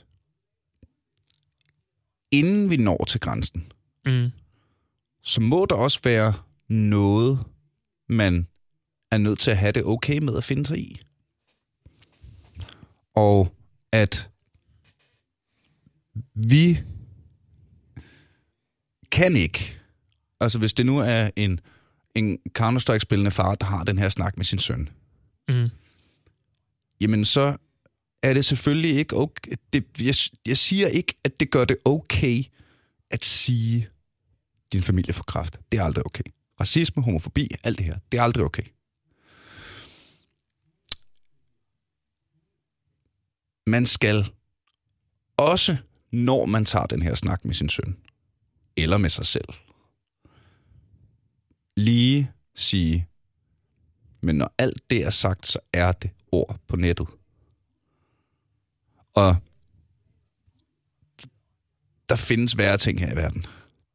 B: inden vi når til grænsen, mm. så må der også være noget, man er nødt til at have det okay med at finde sig i. Og at vi kan ikke, altså hvis det nu er en, en Counter-Strike-spillende far, der har den her snak med sin søn, mm. jamen så er det selvfølgelig ikke okay. Det, jeg, jeg siger ikke, at det gør det okay at sige, din familie får kræft. Det er aldrig okay. Racisme, homofobi, alt det her, det er aldrig okay. Man skal også, når man tager den her snak med sin søn, eller med sig selv, lige sige, men når alt det er sagt, så er det ord på nettet. Og der findes værre ting her i verden.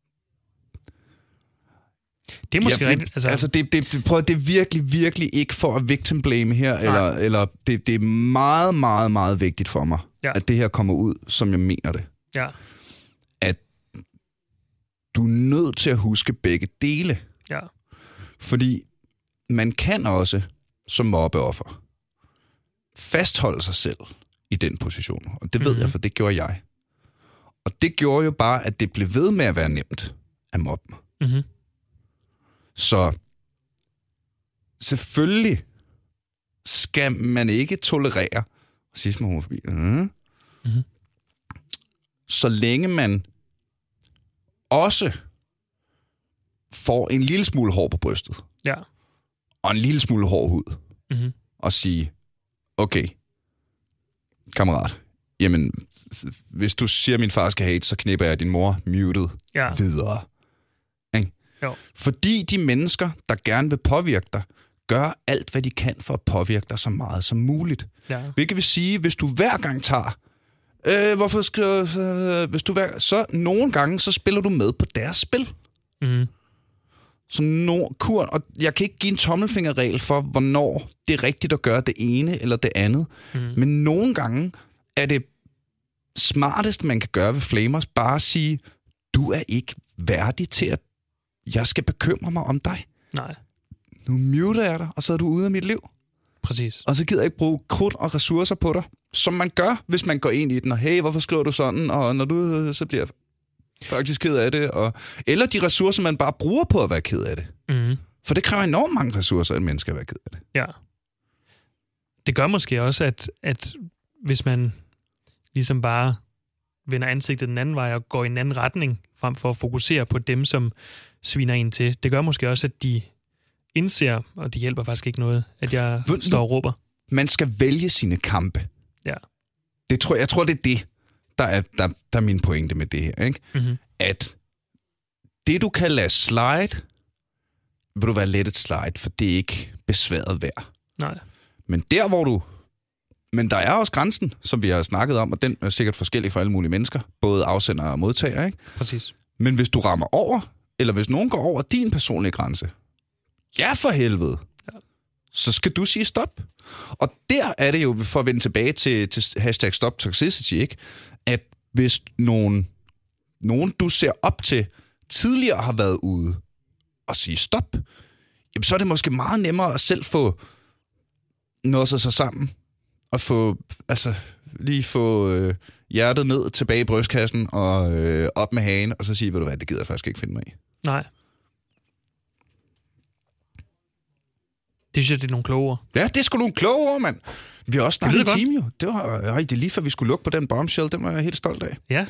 A: Det er måske
B: ja,
A: rigtigt.
B: Altså, altså det, det, prøv, det er virkelig, virkelig ikke for at victim blame her, eller, eller det, det er meget, meget, meget vigtigt for mig, ja. at det her kommer ud, som jeg mener det.
A: Ja.
B: At du er nødt til at huske begge dele.
A: Ja.
B: Fordi man kan også, som mobbeoffer, fastholde sig selv i den position. Og det ved mm-hmm. jeg, for det gjorde jeg. Og det gjorde jo bare, at det blev ved med at være nemt at mobbe mig. Mm-hmm. Så selvfølgelig skal man ikke tolerere racisme og homofobi. Mm. Mm-hmm. Så længe man også får en lille smule hår på brystet.
A: Ja.
B: Og en lille smule hård hud.
A: Mm-hmm.
B: Og sige, okay, kammerat, jamen, hvis du siger, at min far skal hate, så knipper jeg din mor muted
A: ja.
B: videre. Ikke?
A: Jo.
B: Fordi de mennesker, der gerne vil påvirke dig, gør alt, hvad de kan for at påvirke dig så meget som muligt.
A: Ja.
B: Hvilket vil sige, hvis du hver gang tager, øh, hvorfor skriver, øh, hvis du hver, så nogle gange, så spiller du med på deres spil.
A: Mm.
B: Så no, kur, og jeg kan ikke give en tommelfingerregel for, hvornår det er rigtigt at gøre det ene eller det andet. Mm. Men nogle gange er det smartest, man kan gøre ved Flamers, bare at sige, du er ikke værdig til, at jeg skal bekymre mig om dig.
A: Nej.
B: Nu muter jeg dig, og så er du ude af mit liv.
A: Præcis.
B: Og så gider jeg ikke bruge krudt og ressourcer på dig, som man gør, hvis man går ind i den, og hey, hvorfor skriver du sådan, og når du så bliver faktisk ked af det, og eller de ressourcer, man bare bruger på at være ked af det. Mm. For det kræver enormt mange ressourcer, at mennesker er være ked af det.
A: Ja. Det gør måske også, at, at hvis man ligesom bare vender ansigtet den anden vej og går i en anden retning, frem for at fokusere på dem, som sviner en til, det gør måske også, at de indser, og det hjælper faktisk ikke noget, at jeg Hvor, står og råber.
B: Man skal vælge sine kampe.
A: Ja.
B: Det tror, jeg tror, det er det, der er, der, der er min pointe med det her. Ikke? Mm-hmm. At det, du kan lade slide, vil du være let et slide, for det er ikke besværet værd.
A: Nej.
B: Men der, hvor du... Men der er også grænsen, som vi har snakket om, og den er sikkert forskellig for alle mulige mennesker, både afsender og modtager, ikke?
A: Præcis.
B: Men hvis du rammer over, eller hvis nogen går over din personlige grænse, ja for helvede, ja. Så skal du sige stop. Og der er det jo, for at vende tilbage til, til hashtag stop toxicity, ikke? At hvis nogen, nogen, du ser op til, tidligere har været ude og sige stop, jamen så er det måske meget nemmere at selv få noget sig sammen, og få, altså, lige få øh, hjertet ned tilbage i brystkassen, og øh, op med hagen, og så sige, ved du hvad, det gider jeg faktisk ikke finde mig i.
A: Nej. Det synes jeg, det er nogle kloge ord.
B: Ja, det er sgu nogle kloge ord, mand. Vi har også snakket en time, jo. Det var øh, det er lige før, vi skulle lukke på den bombshell. Den var jeg helt stolt af.
A: Ja.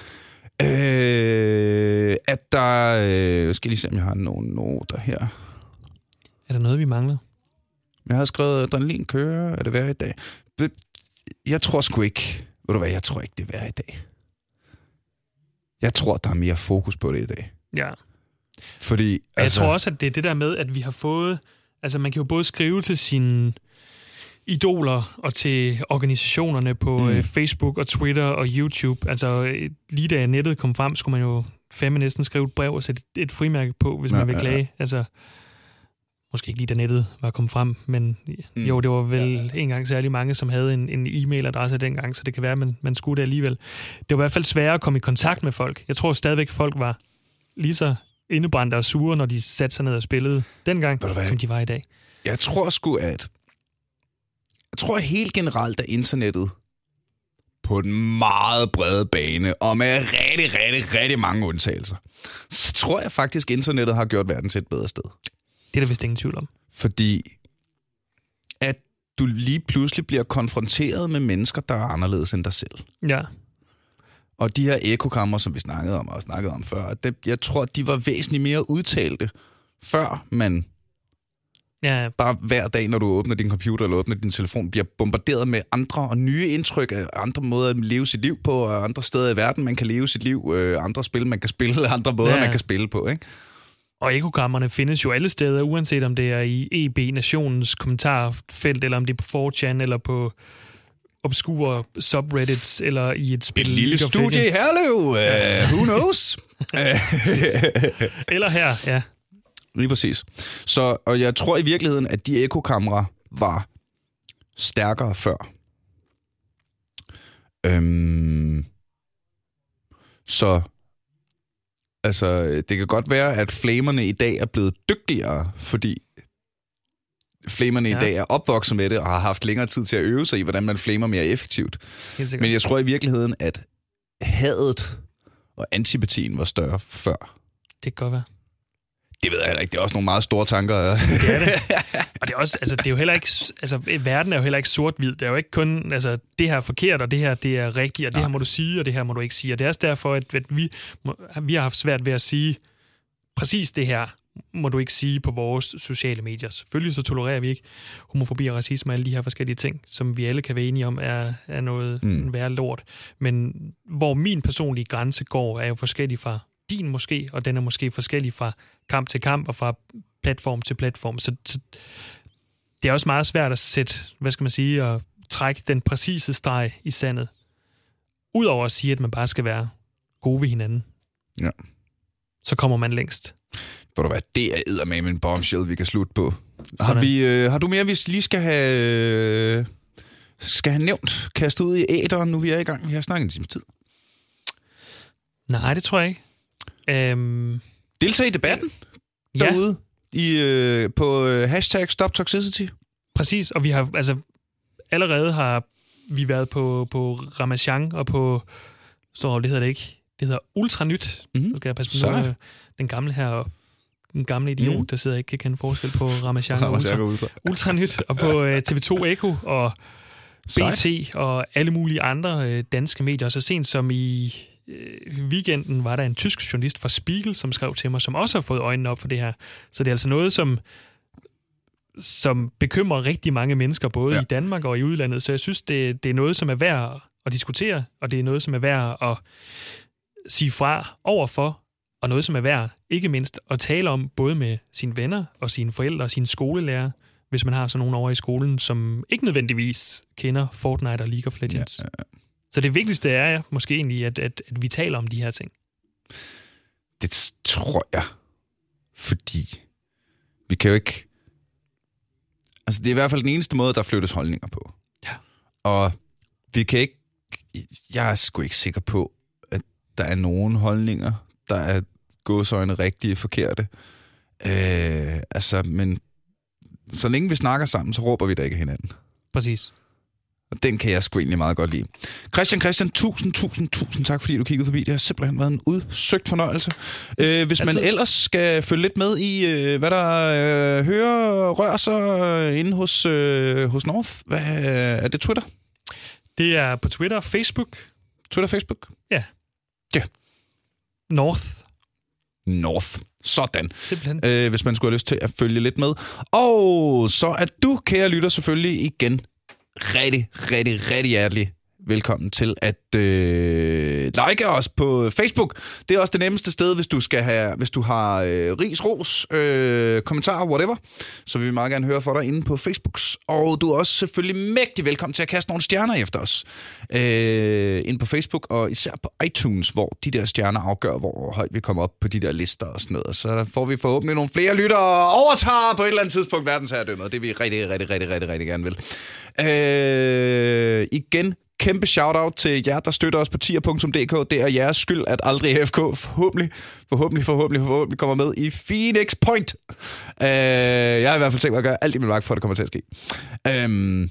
B: Øh, at der... Øh, skal lige se, om jeg har nogle noter her.
A: Er der noget, vi mangler?
B: Jeg har skrevet, adrenalin kører. Er det værd i dag? Jeg tror sgu ikke... Ved du hvad, jeg tror ikke, det er værd i dag. Jeg tror, der er mere fokus på det i dag.
A: Ja.
B: Fordi...
A: Jeg
B: altså,
A: tror også, at det er det der med, at vi har fået... Altså, man kan jo både skrive til sine idoler og til organisationerne på mm. Facebook og Twitter og YouTube. Altså, lige da nettet kom frem, skulle man jo fandme næsten skrive et brev og sætte et frimærke på, hvis ja, man vil klage. Ja, ja. Altså, måske ikke lige da nettet var kommet frem, men mm. jo, det var vel ja, ja. en gang særlig mange, som havde en, en e-mailadresse dengang, så det kan være, at man, man skulle det alligevel. Det var i hvert fald sværere at komme i kontakt med folk. Jeg tror stadigvæk, folk var lige så indebrændte og sure, når de satte sig ned og spillede dengang, som de var i dag.
B: Jeg tror sgu, at... Jeg tror helt generelt, at internettet på den meget brede bane, og med rigtig, rigtig, rigtig mange undtagelser, så tror jeg faktisk, at internettet har gjort verden til et bedre sted.
A: Det er der vist ingen tvivl om.
B: Fordi at du lige pludselig bliver konfronteret med mennesker, der er anderledes end dig selv.
A: Ja.
B: Og de her ekokammer, som vi snakkede om og snakkede om før, det, jeg tror, de var væsentligt mere udtalte, før man ja. bare hver dag, når du åbner din computer eller åbner din telefon, bliver bombarderet med andre og nye indtryk af andre måder at leve sit liv på, og andre steder i verden, man kan leve sit liv, øh, andre spil, man kan spille, andre måder, ja. man kan spille på, ikke?
A: Og ekokammerne findes jo alle steder, uanset om det er i E B Nationens kommentarfelt, eller om det er på four chan, eller på obskure subreddits, eller i et spil.
B: Et lille studie i Herlev, uh, who knows?
A: Eller her, ja.
B: Lige præcis. Så, og jeg tror i virkeligheden, at de ekokamera var stærkere før. Øhm, så altså, det kan godt være, at flamerne i dag er blevet dygtigere, fordi flamerne ja. i dag er opvokset med det, og har haft længere tid til at øve sig i, hvordan man flamer mere effektivt. Men jeg tror i virkeligheden, at hadet og antipatien var større før.
A: Det kan godt være.
B: Det ved jeg heller ikke. Det er også nogle meget store tanker.
A: Det er det. Og det er også, altså, det er jo heller ikke, altså, verden er jo heller ikke sort-hvid. Det er jo ikke kun, altså, det her er forkert, og det her, det er rigtigt, og det Nej. her må du sige, og det her må du ikke sige. Og det er også derfor, at vi, vi har haft svært ved at sige præcis det her må du ikke sige på vores sociale medier. Selvfølgelig så tolererer vi ikke homofobi og racisme og alle de her forskellige ting, som vi alle kan være enige om, er, er noget mm. værre lort. Men hvor min personlige grænse går, er jo forskellig fra din måske, og den er måske forskellig fra kamp til kamp og fra platform til platform. Så, så det er også meget svært at sætte, hvad skal man sige, og trække den præcise streg i sandet. Udover at sige, at man bare skal være gode ved hinanden.
B: Ja.
A: Så kommer man længst.
B: Hvor du hvad, det er eddermame en bombshell, vi kan slutte på. Har, vi, øh, har du mere, vi lige skal have, øh, skal have nævnt, kastet ud i æteren, nu vi er i gang? Vi har snakket en times tid.
A: Nej, det tror jeg ikke. Øhm...
B: Deltag i debatten ja. derude i, øh, på øh, hashtag Stop Toxicity.
A: Præcis, og vi har altså allerede har vi været på, på Ramachan og på, så det hedder det ikke, det hedder Ultranyt. Mm-hmm. Nu skal jeg passe på nu, den gamle her, den gamle idiot, mm. der sidder ikke kan kende forskel på Ramachan og Ultra. Ultra. Ultranyt, og på øh, T V to Echo og B T og alle mulige andre øh, danske medier. Så sent som i øh, weekenden var der en tysk journalist fra Spiegel, som skrev til mig, som også har fået øjnene op for det her. Så det er altså noget, som som bekymrer rigtig mange mennesker, både ja. i Danmark og i udlandet. Så jeg synes, det, det er noget, som er værd at diskutere, og det er noget, som er værd at sige fra overfor, og noget, som er værd, ikke mindst, at tale om, både med sine venner og sine forældre og sine skolelærer, hvis man har sådan nogen over i skolen, som ikke nødvendigvis kender Fortnite og League of Legends. Ja, ja, ja. Så det vigtigste er måske egentlig, at, at, at vi taler om de her ting.
B: Det tror jeg, fordi vi kan jo ikke... Altså, det er i hvert fald den eneste måde, der flyttes holdninger på.
A: Ja.
B: Og vi kan ikke... Jeg er sgu ikke sikker på, at der er nogen holdninger, der er gåseøjne rigtige forkerte. Øh, altså, men så længe vi snakker sammen, så råber vi da ikke hinanden.
A: Præcis.
B: Og den kan jeg sgu egentlig meget godt lide. Christian, Christian, tusind, tusind, tusind tak, fordi du kiggede forbi. Det har simpelthen været en udsøgt fornøjelse. Øh, hvis man altid. ellers skal følge lidt med i, øh, hvad der øh, hører rører sig øh, inde hos, øh, hos North, hvad, er det Twitter?
A: Det er på Twitter og Facebook.
B: Twitter og Facebook?
A: Ja.
B: Ja.
A: North.
B: North. Sådan.
A: Simpelthen.
B: Øh, hvis man skulle have lyst til at følge lidt med. Og så er du, kære lytter, selvfølgelig igen rigtig, rigtig, rigtig hjertelig velkommen til at øh, like os på Facebook. Det er også det nemmeste sted, hvis du skal have, hvis du har øh, ris, ros, øh, kommentarer, whatever. Så vil vi meget gerne høre fra dig inde på Facebooks. Og du er også selvfølgelig mægtig velkommen til at kaste nogle stjerner efter os. Øh, inde på Facebook, og især på iTunes, hvor de der stjerner afgør, hvor højt vi kommer op på de der lister og sådan noget. Så får vi forhåbentlig nogle flere lyttere og overtager på et eller andet tidspunkt verdensherredømmet. Det vil vi rigtig, rigtig, rigtig, rigtig, rigtig gerne vil. Øh, igen, kæmpe shout-out til jer, der støtter os på tier punktum d k. Det er jeres skyld, at Aldrig A F K forhåbentlig, forhåbentlig, forhåbentlig, forhåbentlig kommer med i Phoenix Point. Øh, jeg har i hvert fald tænkt mig at gøre alt i min magt, for at det kommer til at ske. Øh,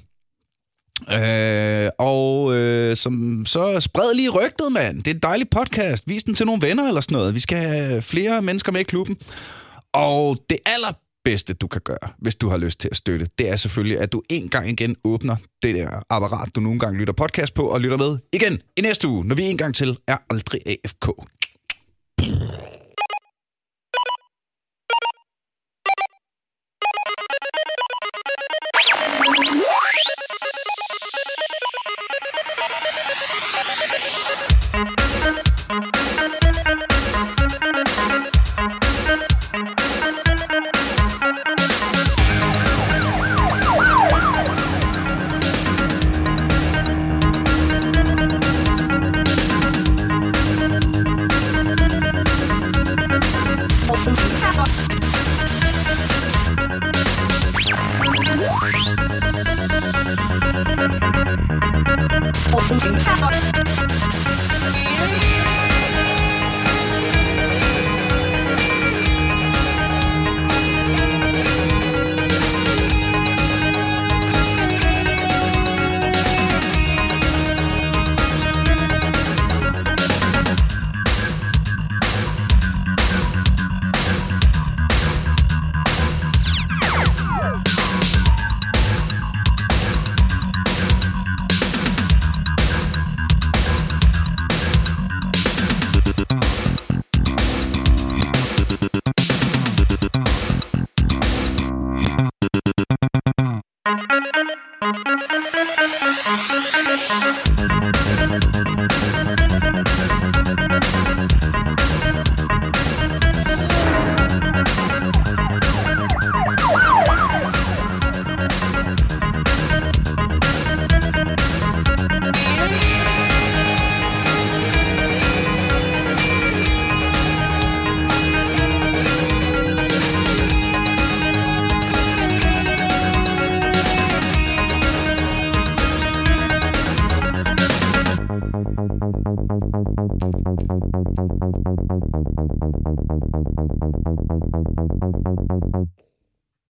B: øh, og øh, som, så spred lige rygtet, mand. Det er et dejligt podcast. Vis den til nogle venner eller sådan noget. Vi skal have flere mennesker med i klubben. Og det aller bedste, du kan gøre, hvis du har lyst til at støtte, det er selvfølgelig, at du en gang igen åbner det der apparat, du nogle gange lytter podcast på, og lytter med igen i næste uge, når vi en gang til er Aldrig A F K.